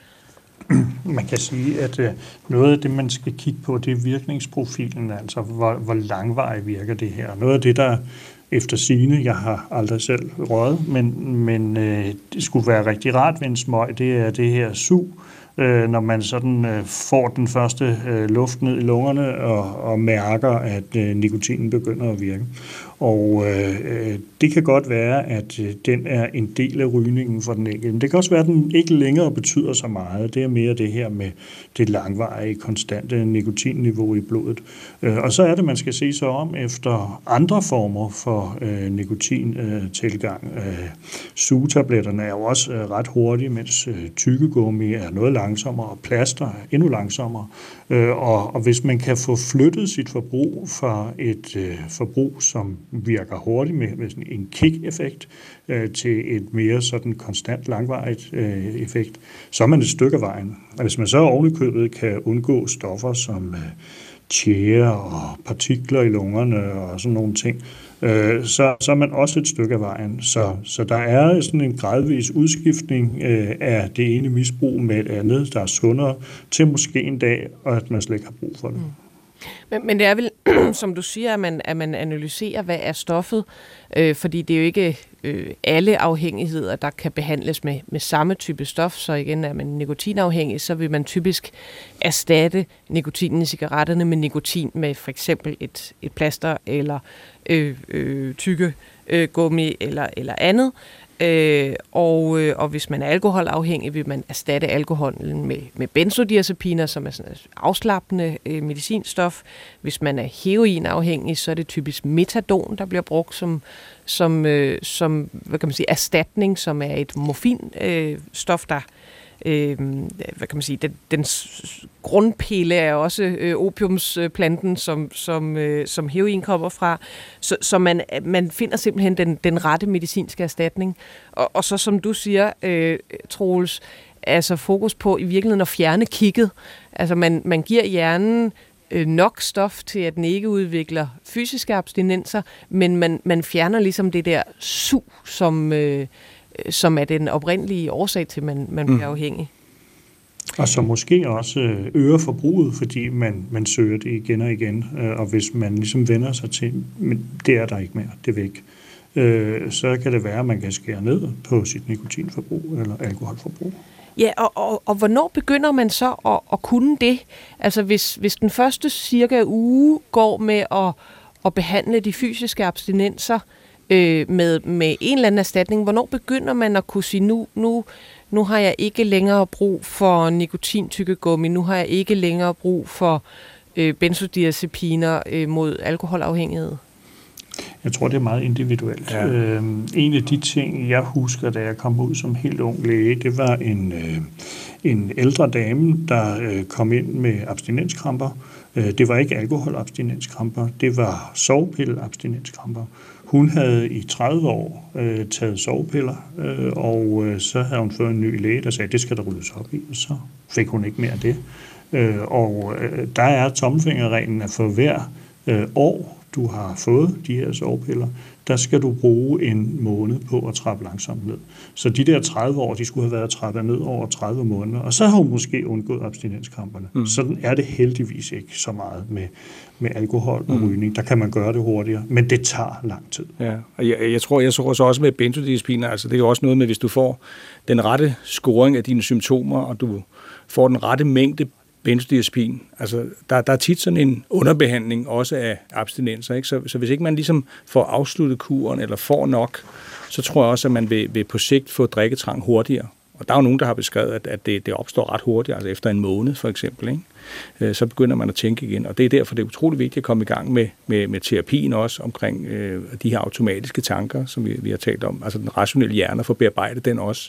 Man kan sige, at noget af det, man skal kigge på, det er virkningsprofilen, altså hvor, hvor langvarigt virker det her. Noget af det, der efter sigende, jeg har aldrig selv røget, men, men øh, det skulle være rigtig rart ved en smøg, det er det her sug, øh, når man sådan øh, får den første øh, luft ned i lungerne og, og mærker, at øh, nikotinen begynder at virke. Og øh, det kan godt være, at øh, den er en del af rygningen for den enkelte. Det kan også være, at den ikke længere betyder så meget. Det er mere det her med det langvarige, konstante nikotinniveau i blodet. Øh, og så er det, man skal se sig om efter andre former for øh, nikotintilgang. Øh, Sugetabletterne er jo også øh, ret hurtige, mens øh, tyggegummi er noget langsommere, og plaster er endnu langsommere. Øh, og, og hvis man kan få flyttet sit forbrug fra et øh, forbrug, som virker hurtigt med, med sådan en kick-effekt øh, til et mere sådan konstant langvarigt øh, effekt, så er man et stykke af vejen. Og hvis man så ovenikøbet kan undgå stoffer som øh, tjære og partikler i lungerne og sådan nogle ting, øh, så, så er man også et stykke af vejen. Så, så der er sådan en gradvis udskiftning øh, af det ene misbrug med et andet, der er sundere, til måske en dag, og at man slet ikke har brug for det. Mm. Men, men det er vel, som du siger, at man, at man analyserer, hvad er stoffet, øh, fordi det er jo ikke øh, alle afhængigheder, der kan behandles med, med samme type stof, så igen er man nikotinafhængig, så vil man typisk erstatte nikotinen i cigaretterne med nikotin med for eksempel et, et plaster eller øh, øh, tykke øh, gummi eller, eller andet. Øh, og, øh, og hvis man er alkoholafhængig, vil man erstatte alkoholen med, med benzodiazepiner, som er sådan et afslappende øh, medicinstof. Hvis man er heroinafhængig, så er det typisk metadon, der bliver brugt som, som, øh, som hvad kan man sige, erstatning, som er et morfinstof, øh, der Øh, hvad kan man sige, den, den grundpille er også øh, opiumsplanten, som, som, øh, som heroin kommer fra, så, så man, man finder simpelthen den, den rette medicinske erstatning. Og, og så som du siger, øh, Troels, altså fokus på i virkeligheden at fjerne kigget. Altså man, man giver hjernen øh, nok stof til, at den ikke udvikler fysiske abstinenser, men man, man fjerner ligesom det der sug, som øh, som er den oprindelige årsag til, at man, man bliver afhængig. Og så måske også øger forbruget, fordi man, man søger det igen og igen. Og hvis man ligesom vender sig til, men det er der ikke mere, det er væk, så kan det være, at man kan skære ned på sit nikotinforbrug eller alkoholforbrug. Ja, og, og, og hvornår begynder man så at, at kunne det? Altså hvis, hvis den første cirka uge går med at, at behandle de fysiske abstinenser, Øh, med, med en eller anden erstatning, hvornår begynder man at kunne sige, nu, nu, nu har jeg ikke længere brug for nikotintyggegummi, nu har jeg ikke længere brug for øh, benzodiazepiner øh, mod alkoholafhængighed? Jeg tror, det er meget individuelt. Ja. Øhm, en af de ting, jeg husker, da jeg kom ud som helt ung læge, det var en, øh, en ældre dame, der øh, kom ind med abstinenskramper. Øh, det var ikke alkoholabstinenskramper, det var sovepilleabstinenskramper. Hun havde i tredive år øh, taget sovepiller, øh, og øh, så havde hun fået en ny læge, der sagde, at det skal der ryddes op i, og så fik hun ikke mere af det. Øh, og øh, der er tommelfingerreglen, at for hver øh, år, du har fået de her sovepiller, der skal du bruge en måned på at trappe langsomt ned. Så de der tredive år, de skulle have været trappet ned over tredive måneder, og så har hun måske undgået abstinenskramperne. Mm. Sådan er det heldigvis ikke så meget med, med alkohol og rygning. Der kan man gøre det hurtigere, men det tager lang tid. Ja, og jeg, jeg tror jeg så også med benzodiazepiner, altså det er jo også noget med, hvis du får den rette scoring af dine symptomer, og du får den rette mængde benzodiazepin. Altså, der, der er tit sådan en underbehandling også af abstinenser, ikke? Så, så hvis ikke man ligesom får afsluttet kuren eller får nok, så tror jeg også, at man vil, vil på sigt få drikketrang hurtigere. Og der er jo nogen, der har beskrevet, at, at det, det opstår ret hurtigt, altså efter en måned for eksempel, ikke? Så begynder man at tænke igen. Og det er derfor, det er utroligt vigtigt at komme i gang med, med, med terapien også omkring øh, de her automatiske tanker, som vi, vi har talt om. Altså den rationelle hjerne, for at bearbejde den også.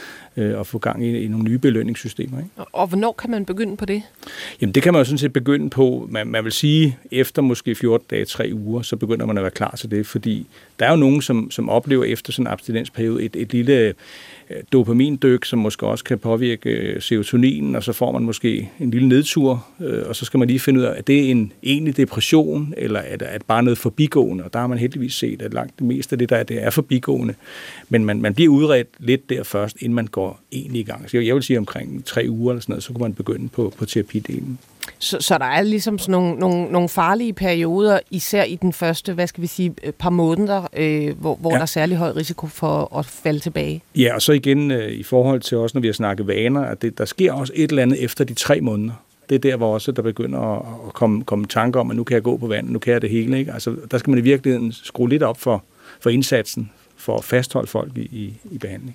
Og få gang i, i nogle nye belønningssystemer. Ikke? Og, og hvornår kan man begynde på det? Jamen det kan man jo sådan set begynde på, man, man vil sige, efter måske fjorten dage, tre uger, så begynder man at være klar til det, fordi der er jo nogen, som, som oplever efter sådan en abstinensperiode et, et lille dopamindyk, som måske også kan påvirke serotoninen, og så får man måske en lille nedtur, og så skal man lige finde ud af, er det en egentlig depression, eller er det bare noget forbigående? Og der har man heldigvis set, at langt det meste af det, der er, det er forbigående. Men man, man bliver udredt lidt der først, inden man går egentlig i gang. Så jeg vil sige, omkring tre uger eller sådan noget, så kunne man begynde på, på terapidelen. Så, så der er ligesom sådan nogle, nogle, nogle farlige perioder, især i den første, hvad skal vi sige, par måneder, øh, hvor, hvor ja. der er særlig høj risiko for at falde tilbage. Ja, og så igen øh, i forhold til også, når vi har snakket vaner, at det, der sker også et eller andet efter de tre måneder. Det er der, hvor også der begynder at, at komme, komme tanker om, at nu kan jeg gå på vand, nu kan jeg det hele. Ikke? Altså, der skal man i virkeligheden skrue lidt op for, for indsatsen, for at fastholde folk i, i, i behandling.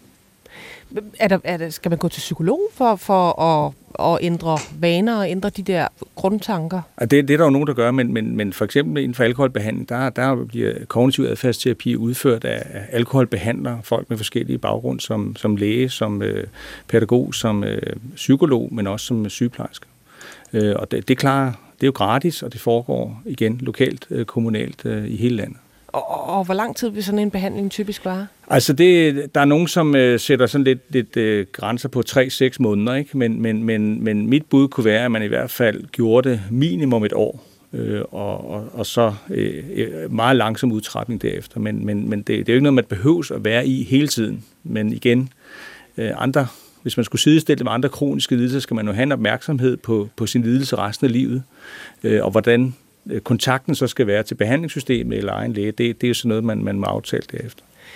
Er der, er der, skal man gå til psykolog for, for at, at ændre vaner og ændre de der grundtanker? Det, det er der jo nogen, der gør, men, men, men for eksempel inden for alkoholbehandling, der, der bliver kognitiv adfærdsterapi udført af, af alkoholbehandlere, folk med forskellige baggrund, som, som læge, som øh, pædagog, som øh, psykolog, men også som sygeplejerske. Øh, og det, det, klarer, det er jo gratis, og det foregår igen lokalt, øh, kommunalt øh, i hele landet. Og, og hvor lang tid vil sådan en behandling typisk vare? Altså, det, der er nogen, som øh, sætter sådan lidt, lidt øh, grænser på tre til seks måneder, ikke? Men, men, men, men mit bud kunne være, at man i hvert fald gjorde det minimum et år, øh, og, og, og så øh, meget langsom udtrapning derefter. Men, men, men det, det er jo ikke noget, man behøves at være i hele tiden. Men igen, øh, andre, hvis man skulle sidestille det med andre kroniske lidelser, skal man jo have en opmærksomhed på, på sin lidelse resten af livet, øh, og hvordan kontakten så skal være til behandlingssystemet eller egen læge, det, det er jo sådan noget, man, man må aftale derefter.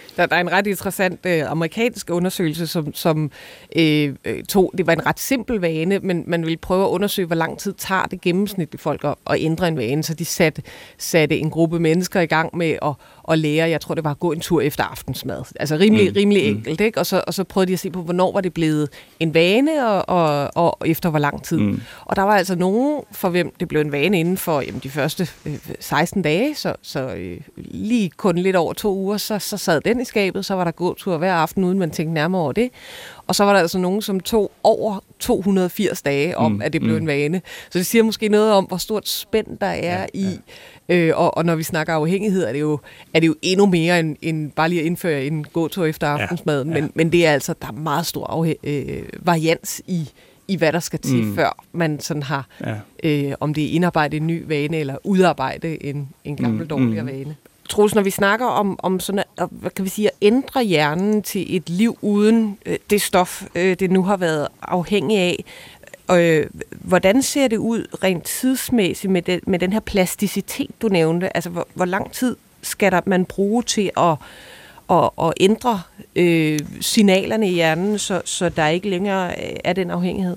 Der, der er en ret interessant øh, amerikansk undersøgelse, som, som øh, tog, det var en ret simpel vane, men man ville prøve at undersøge, hvor lang tid tager det gennemsnitlige folk at, at ændre en vane. Så de satte, satte en gruppe mennesker i gang med at, at lære, jeg tror det var at gå en tur efter aftensmad. Altså rimelig, mm. rimelig enkelt, ikke? Og så, og så prøvede de at se på, hvornår var det blevet en vane, og, og, og efter hvor lang tid. Mm. Og der var altså nogen, for hvem det blev en vane inden for jamen, de første øh, seksten dage, så, så øh, lige kun lidt over to uger, så, så sad den i skabet, så var der gåtur hver aften, uden man tænkte nærmere over det. Og så var der altså nogen, som tog over to hundrede og firs dage om, mm, at det blev mm. en vane. Så det siger måske noget om, hvor stort spænd der er ja, i, ja. Øh, og, og når vi snakker afhængighed, er det jo, er det jo endnu mere end, end bare lige at indføre en gåtur efter aftensmaden. Ja, ja. Men, men det er altså, der er meget stor afhæ- øh, varians i, i, hvad der skal til, mm. før man sådan har, ja. øh, om det er indarbejde en ny vane, eller udarbejde en, en gammel, mm, dårligere mm. vane. Troels, når vi snakker om, om sådan at, hvad kan vi sige, at ændre hjernen til et liv uden øh, det stof, øh, det nu har været afhængig af, øh, hvordan ser det ud rent tidsmæssigt med, det, med den her plasticitet, du nævnte? Altså, hvor, hvor lang tid skal der man bruge til at, at, at ændre øh, signalerne i hjernen, så, så der ikke længere er den afhængighed?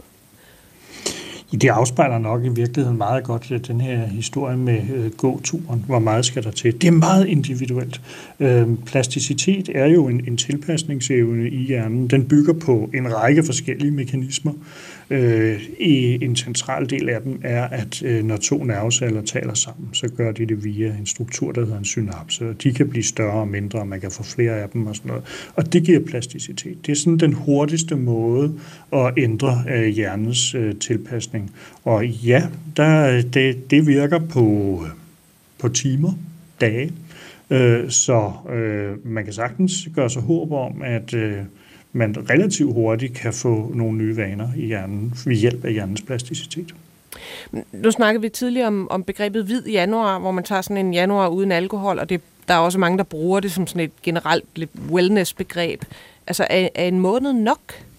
Det afspejler nok i virkeligheden meget godt den her historie med øh, gåturen. Hvor meget skal der til? Det er meget individuelt. Øh, plasticitet er jo en, en tilpasningsevne i hjernen. Den bygger på en række forskellige mekanismer. Øh, en central del af dem er, at øh, når to nerveceller taler sammen, så gør de det via en struktur, der hedder en synapse. Og de kan blive større og mindre, og man kan få flere af dem og sådan noget. Og det giver plasticitet. Det er sådan den hurtigste måde at ændre øh, hjernens øh, tilpasning. Og ja, der, det, det virker på, på timer, dage. Øh, så øh, man kan sagtens gøre sig håb om, at øh, man relativt hurtigt kan få nogle nye vaner i hjernen ved hjælp af hjernens plasticitet. Nu snakkede vi tidligere om, om begrebet hvid januar, hvor man tager sådan en januar uden alkohol, og det, der er også mange, der bruger det som sådan et generelt wellness-begreb. Altså, er, er en måned nok?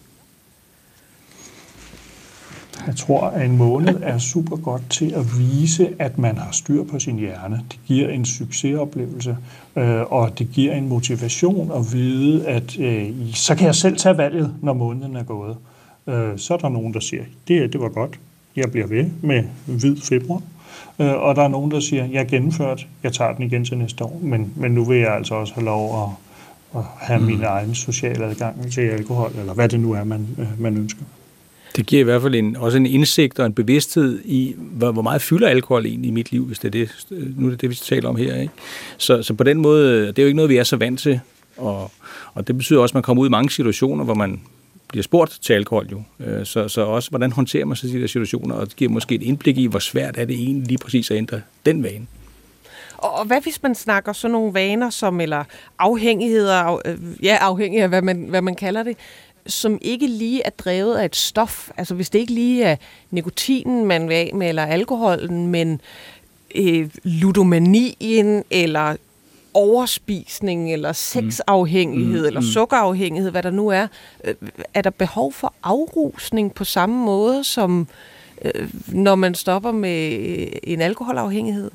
Jeg tror, at en måned er super godt til at vise, at man har styr på sin hjerne. Det giver en succesoplevelse, øh, og det giver en motivation at vide, at øh, så kan jeg selv tage valget, når måneden er gået. Øh, så er der nogen, der siger, det, det var godt, jeg bliver ved med hvid februar. Øh, og der er nogen, der siger, jeg er gennemført, jeg tager den igen til næste år, men, men nu vil jeg altså også have lov at, at have mm. min egen sociale adgang til alkohol, eller hvad det nu er, man, øh, man ønsker. Det giver i hvert fald en, også en indsigt og en bevidsthed i, hvor, hvor meget fylder alkohol egentlig i mit liv, hvis det er det, nu er det det, vi taler om her. Ikke? Så, så på den måde, det er jo ikke noget, vi er så vant til, og, og det betyder også, at man kommer ud i mange situationer, hvor man bliver spurgt til alkohol jo. Så, så også, hvordan håndterer man så de der situationer, og det giver måske et indblik i, hvor svært er det egentlig lige præcis at ændre den vane. Og hvad hvis man snakker sådan nogle vaner som, eller afhængigheder, ja, afhængig af hvad man, hvad man kalder det, som ikke lige er drevet af et stof. Altså hvis det ikke lige er nikotinen, man vil af med, eller alkoholen, men øh, ludomanien, eller overspisning, eller sexafhængighed, mm. eller sukkerafhængighed, hvad der nu er. Øh, er der behov for afrusning på samme måde, som øh, når man stopper med en alkoholafhængighed?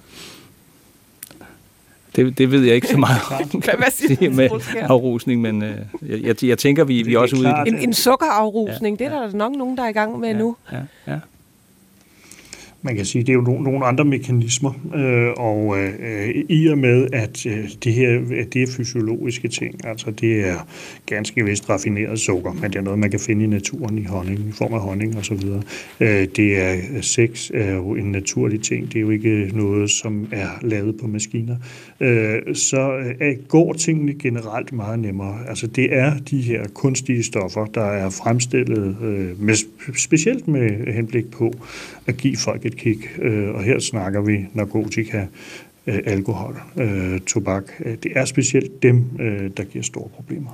Det, det ved jeg ikke så meget om, hvad siger med afrusning, men øh, jeg, jeg tænker, vi, vi er også ude i det. En, en sukkerafrusning, ja, det er der nok nogen, der er i gang med ja, nu. Ja, ja. Man kan sige, at det er jo nogle, nogle andre mekanismer, øh, og øh, i og med, at øh, det her at det er fysiologiske ting, altså det er ganske vist raffineret sukker, men det er noget, man kan finde i naturen i honning, i form af honning og så videre. Øh, det er sex er jo en naturlig ting, det er jo ikke noget, som er lavet på maskiner. Øh, så øh, går tingene generelt meget nemmere. Altså det er de her kunstige stoffer, der er fremstillet øh, med, specielt med henblik på at give folk et kick, øh, og her snakker vi narkotika, øh, alkohol, øh, tobak. Det er specielt dem, øh, der giver store problemer.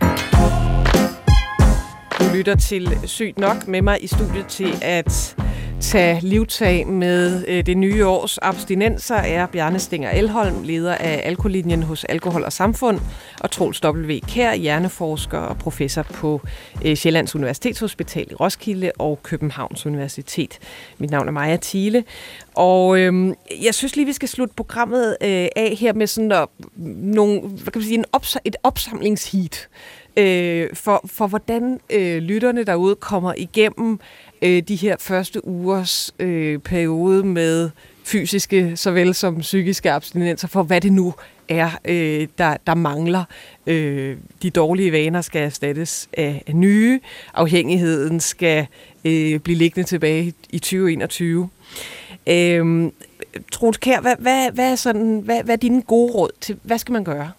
Du lytter til Sygt Nok. Med mig i studiet til at tage livtag med øh, det nye års abstinenser er Bjarne Stinger Elholm, leder af Alkolinjen hos Alkohol og Samfund, og Troels W. Kjær, hjerneforsker og professor på øh, Sjællands Universitetshospital i Roskilde og Københavns Universitet. Mit navn er Maja Thiele, og øh, jeg synes lige, vi skal slutte programmet øh, af her med sådan der, nogle, hvad kan man sige, en ops- et opsamlingsheat øh, for, for hvordan øh, lytterne derude kommer igennem øh, de her første ugers øh, periode med fysiske såvel som psykiske abstinenser, for hvad det nu er, øh, der, der mangler. Øh, de dårlige vaner skal erstattes af, af nye. Afhængigheden skal øh, blive liggende tilbage i tyve enogtyve. Øh, Troels Kjær, hvad, hvad, hvad, er sådan, hvad, hvad er dine gode råd til, hvad skal man gøre?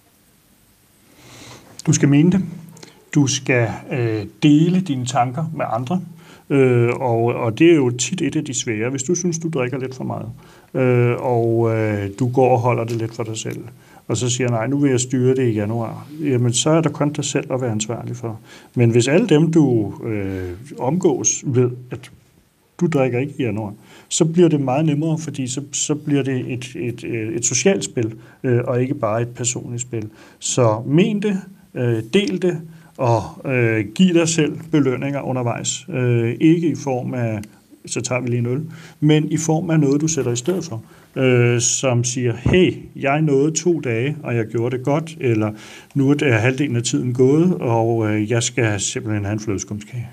Du skal mene det. Du skal øh, dele dine tanker med andre. Øh, og, og det er jo tit et af de svære, hvis du synes, du drikker lidt for meget, øh, og øh, du går og holder det lidt for dig selv, og så siger, nej, nu vil jeg styre det i januar, jamen så er der kun dig selv at være ansvarlig for. Men hvis alle dem, du øh, omgås, ved, at du drikker ikke i januar, så bliver det meget nemmere, fordi så, så bliver det et, et, et, et socialt spil, øh, og ikke bare et personligt spil. Så men det, øh, del det, og øh, giv dig selv belønninger undervejs. Øh, ikke i form af, så tager vi lige en øl, men i form af noget, du sætter i stedet for. Øh, som siger, hey, jeg nåede to dage, og jeg gjorde det godt, eller nu er det halvdelen af tiden gået, og øh, jeg skal simpelthen have en flødeskumskage.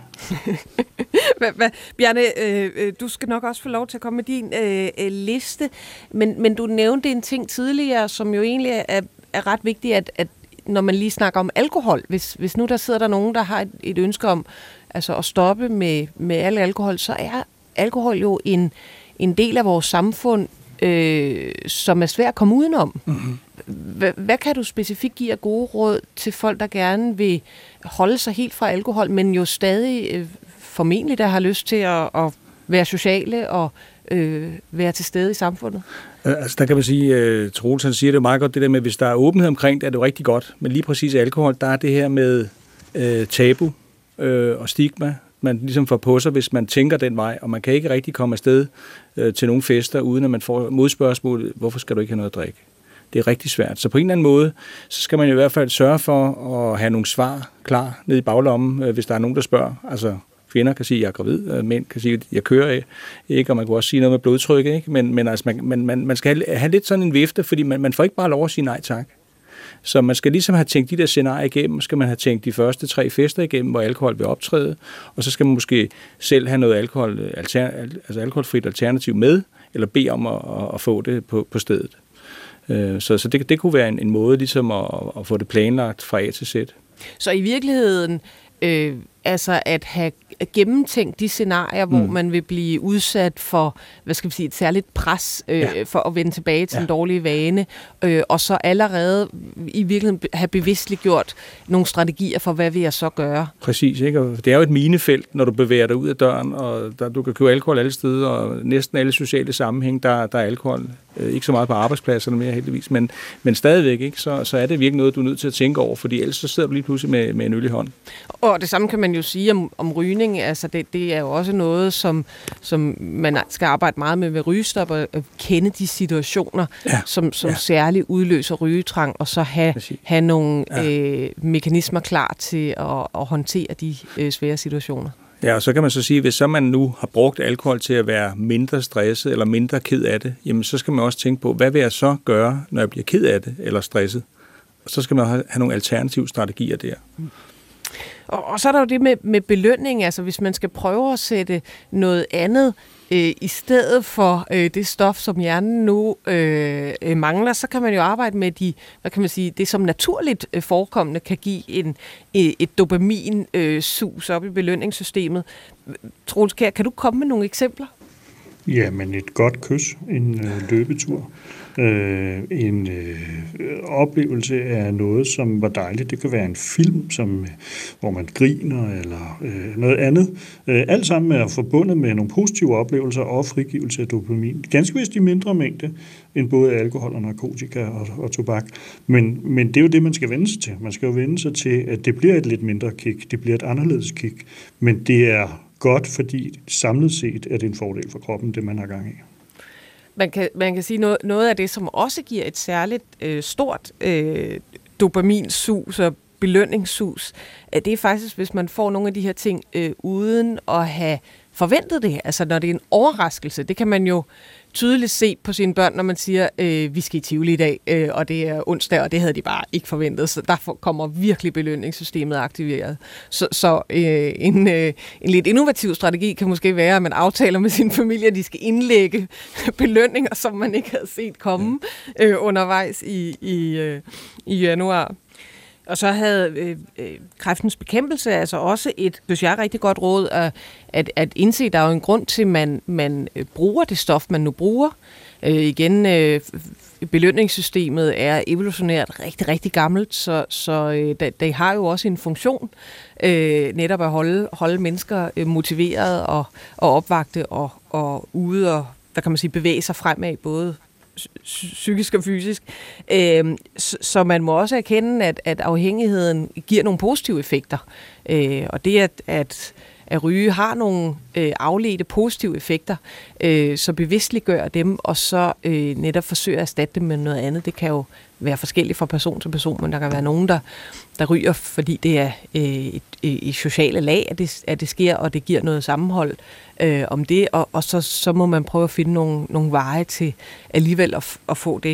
Bjarne, øh, du skal nok også få lov til at komme med din øh, liste, men, men du nævnte en ting tidligere, som jo egentlig er, er ret vigtigt, at, at når man lige snakker om alkohol, hvis, hvis nu der sidder der nogen, der har et, et ønske om altså at stoppe med, med al alkohol, så er alkohol jo en, en del af vores samfund, øh, som er svært at komme udenom. Mm-hmm. H- hvad kan du specifikt give af gode råd til folk, der gerne vil holde sig helt fra alkohol, men jo stadig øh, formentlig der har lyst til at, at være sociale og øh, være til stede i samfundet? Altså, der kan man sige, uh, Troels han siger det meget godt, det der med, hvis der er åbenhed omkring det, er det jo rigtig godt. Men lige præcis alkohol, der er det her med uh, tabu uh, og stigma, man ligesom får på sig, hvis man tænker den vej, og man kan ikke rigtig komme afsted uh, til nogle fester, uden at man får modspørgsmålet, hvorfor skal du ikke have noget at drikke? Det er rigtig svært. Så på en eller anden måde, så skal man i hvert fald sørge for at have nogle svar klar nede i baglommen, uh, hvis der er nogen, der spørger. Altså, kvinder kan sige, at jeg er gravid, mænd kan sige, at jeg kører ikke, og man kan også sige noget med blodtrykket, ikke? Men, men altså, man, man, man skal have, have lidt sådan en vifte, fordi man, man får ikke bare lov at sige nej tak. Så man skal ligesom have tænkt de der scenarier igennem, skal man have tænkt de første tre fester igennem, hvor alkohol vil optræde, og så skal man måske selv have noget alkohol, alter, altså alkoholfrit alternativ med, eller bede om at, at få det på, på stedet. Så, så det, det kunne være en, en måde ligesom at, at få det planlagt fra A til Z. Så i virkeligheden, øh, altså at have gennemtænkt de scenarier, hvor mm. man vil blive udsat for, hvad skal vi sige, et særligt pres øh, ja. for at vende tilbage til ja. en dårlig vane, øh, og så allerede i virkeligheden have bevidstligt gjort nogle strategier for, hvad vil jeg så gøre? Præcis, ikke? Og det er jo et minefelt, når du bevæger dig ud af døren, og der, du kan købe alkohol alle steder, og næsten alle sociale sammenhæng, der, der er alkohol. Øh, ikke så meget på arbejdspladserne mere heldigvis, men, men stadigvæk, ikke? Så, så er det virkelig noget, du er nødt til at tænke over, fordi ellers så sidder du lige pludselig med, med en øl i hånden. Og det samme kan man jo sige om, om rygning. Altså det, det er jo også noget, som, som man skal arbejde meget med ved rygestop, og kende de situationer, ja. som, som ja. særligt udløser rygetrang, og så have, have nogle ja. øh, mekanismer klar til at, at håndtere de øh, svære situationer. Ja, og så kan man så sige, hvis så man nu har brugt alkohol til at være mindre stresset eller mindre ked af det, jamen så skal man også tænke på, hvad vil jeg så gøre, når jeg bliver ked af det eller stresset? Og så skal man have, have nogle alternative strategier der. Mm. Og, og så er der jo det med, med belønning, altså hvis man skal prøve at sætte noget andet øh, i stedet for øh, det stof, som hjernen nu øh, øh, mangler, så kan man jo arbejde med de, hvad kan man sige, det som naturligt øh, forekommende kan give en, øh, et dopamin-sus øh, op i belønningssystemet. Troels Kjær, kan du komme med nogle eksempler? Ja, men et godt kys, en øh, løbetur, øh, en øh, oplevelse af noget, som var dejligt. Det kan være en film, som, hvor man griner eller øh, noget andet. Øh, alt sammen er forbundet med nogle positive oplevelser og frigivelse af dopamin. Ganske vist i mindre mængde end både alkohol og narkotika og, og tobak. Men, men det er jo det, man skal vende sig til. Man skal jo vende sig til, at det bliver et lidt mindre kick. Det bliver et anderledes kick. Men det er godt, fordi samlet set er det en fordel for kroppen, det man har gang i. Man kan, man kan sige, noget, noget af det, som også giver et særligt øh, stort øh, dopaminsus og belønningssus, det er faktisk, hvis man får nogle af de her ting øh, uden at have forventet det. Altså når det er en overraskelse, det kan man jo tydeligt se på sine børn, når man siger, øh, vi skal i Tivoli i dag, øh, og det er onsdag, og det havde de bare ikke forventet. Så der kommer virkelig belønningssystemet aktiveret. Så, så øh, en, øh, en lidt innovativ strategi kan måske være, at man aftaler med sin familie, at de skal indlægge belønninger, som man ikke havde set komme øh, undervejs i, i, øh, i januar. Og så havde øh, øh, Kræftens Bekæmpelse altså også et, synes jeg, rigtig godt råd, at, at, at indse, at der er jo en grund til, at man, man øh, bruger det stof, man nu bruger. Øh, igen, øh, belønningssystemet er evolutionært rigtig, rigtig gammelt, så, så øh, det, det har jo også en funktion, øh, netop at holde, holde mennesker øh, motiveret og, og opvagte og, og ude og, hvad kan man sige, bevæge sig fremad, både psykisk og fysisk. Øh, så, så man må også erkende, at, at afhængigheden giver nogle positive effekter. Øh, og det, at, at, at ryge har nogle øh, afledte positive effekter, øh, så bevidstliggør dem, og så øh, netop forsøger at erstatte dem med noget andet. Det kan jo være forskelligt fra person til person, men der kan være nogen, der, der ryger, fordi det er øh, et, i sociale lag, at det, at det sker, og det giver noget sammenhold øh, om det, og, og så, så må man prøve at finde nogle, nogle veje til alligevel at, at få det,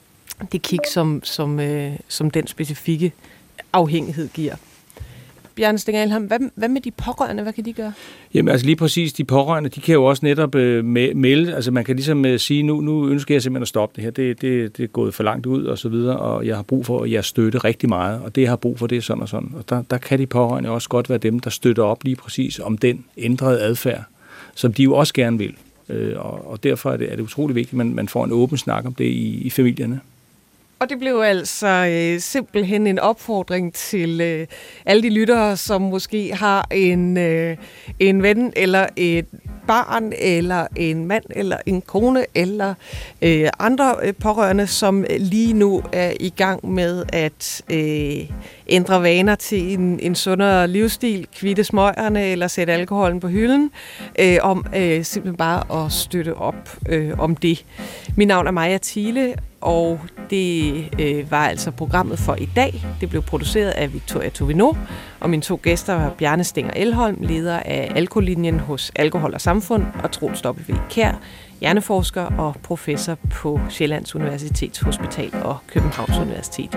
det kick, som, som, øh, som den specifikke afhængighed giver. Bjarne Steng-Ahlholm, hvad, hvad med de pårørende? Hvad kan de gøre? Jamen altså lige præcis, de pårørende, de kan jo også netop øh, melde, altså man kan ligesom øh, sige, nu, nu ønsker jeg simpelthen at stoppe det her, det, det, det er gået for langt ud og så videre, og jeg har brug for, at jeg støtte rigtig meget, og det jeg har brug for, det er sådan og sådan. Og der, der kan de pårørende også godt være dem, der støtter op lige præcis om den ændrede adfærd, som de jo også gerne vil. Øh, og, og derfor er det, er det utrolig vigtigt, at man, man får en åben snak om det i, i familierne. Og det blev altså øh, simpelthen en opfordring til øh, alle de lyttere, som måske har en, øh, en ven, eller et barn, eller en mand, eller en kone, eller øh, andre øh, pårørende, som lige nu er i gang med at øh, ændre vaner til en, en sundere livsstil, kvitte smøgerne, eller sætte alkoholen på hylden, øh, om øh, simpelthen bare at støtte op øh, om det. Mit navn er Maja Thiele, og det øh, var altså programmet for i dag. Det blev produceret af Victoria Tovino, og mine to gæster var Bjarne Steng-Ahlholm, leder af Alkolinjen hos Alkohol og Samfund, og Troels W. Kjær, hjerneforsker og professor på Sjællands Universitetshospital og Københavns Universitet.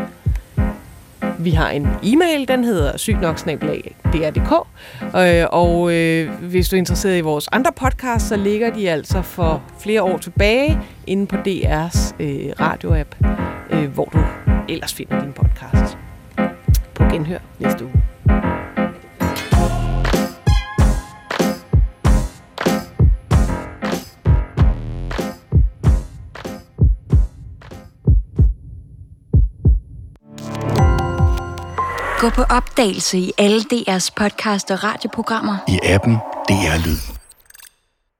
Vi har en e-mail, den hedder sygt nok snabel-a d r punktum d k, øh, og øh, hvis du er interesseret i vores andre podcasts, så ligger de altså for flere år tilbage inde på D R's øh, radioapp, øh, hvor du ellers finder din podcast. På genhør næste uge. Gå på opdagelse i alle D R's podcast og radioprogrammer. I appen D R Lyd.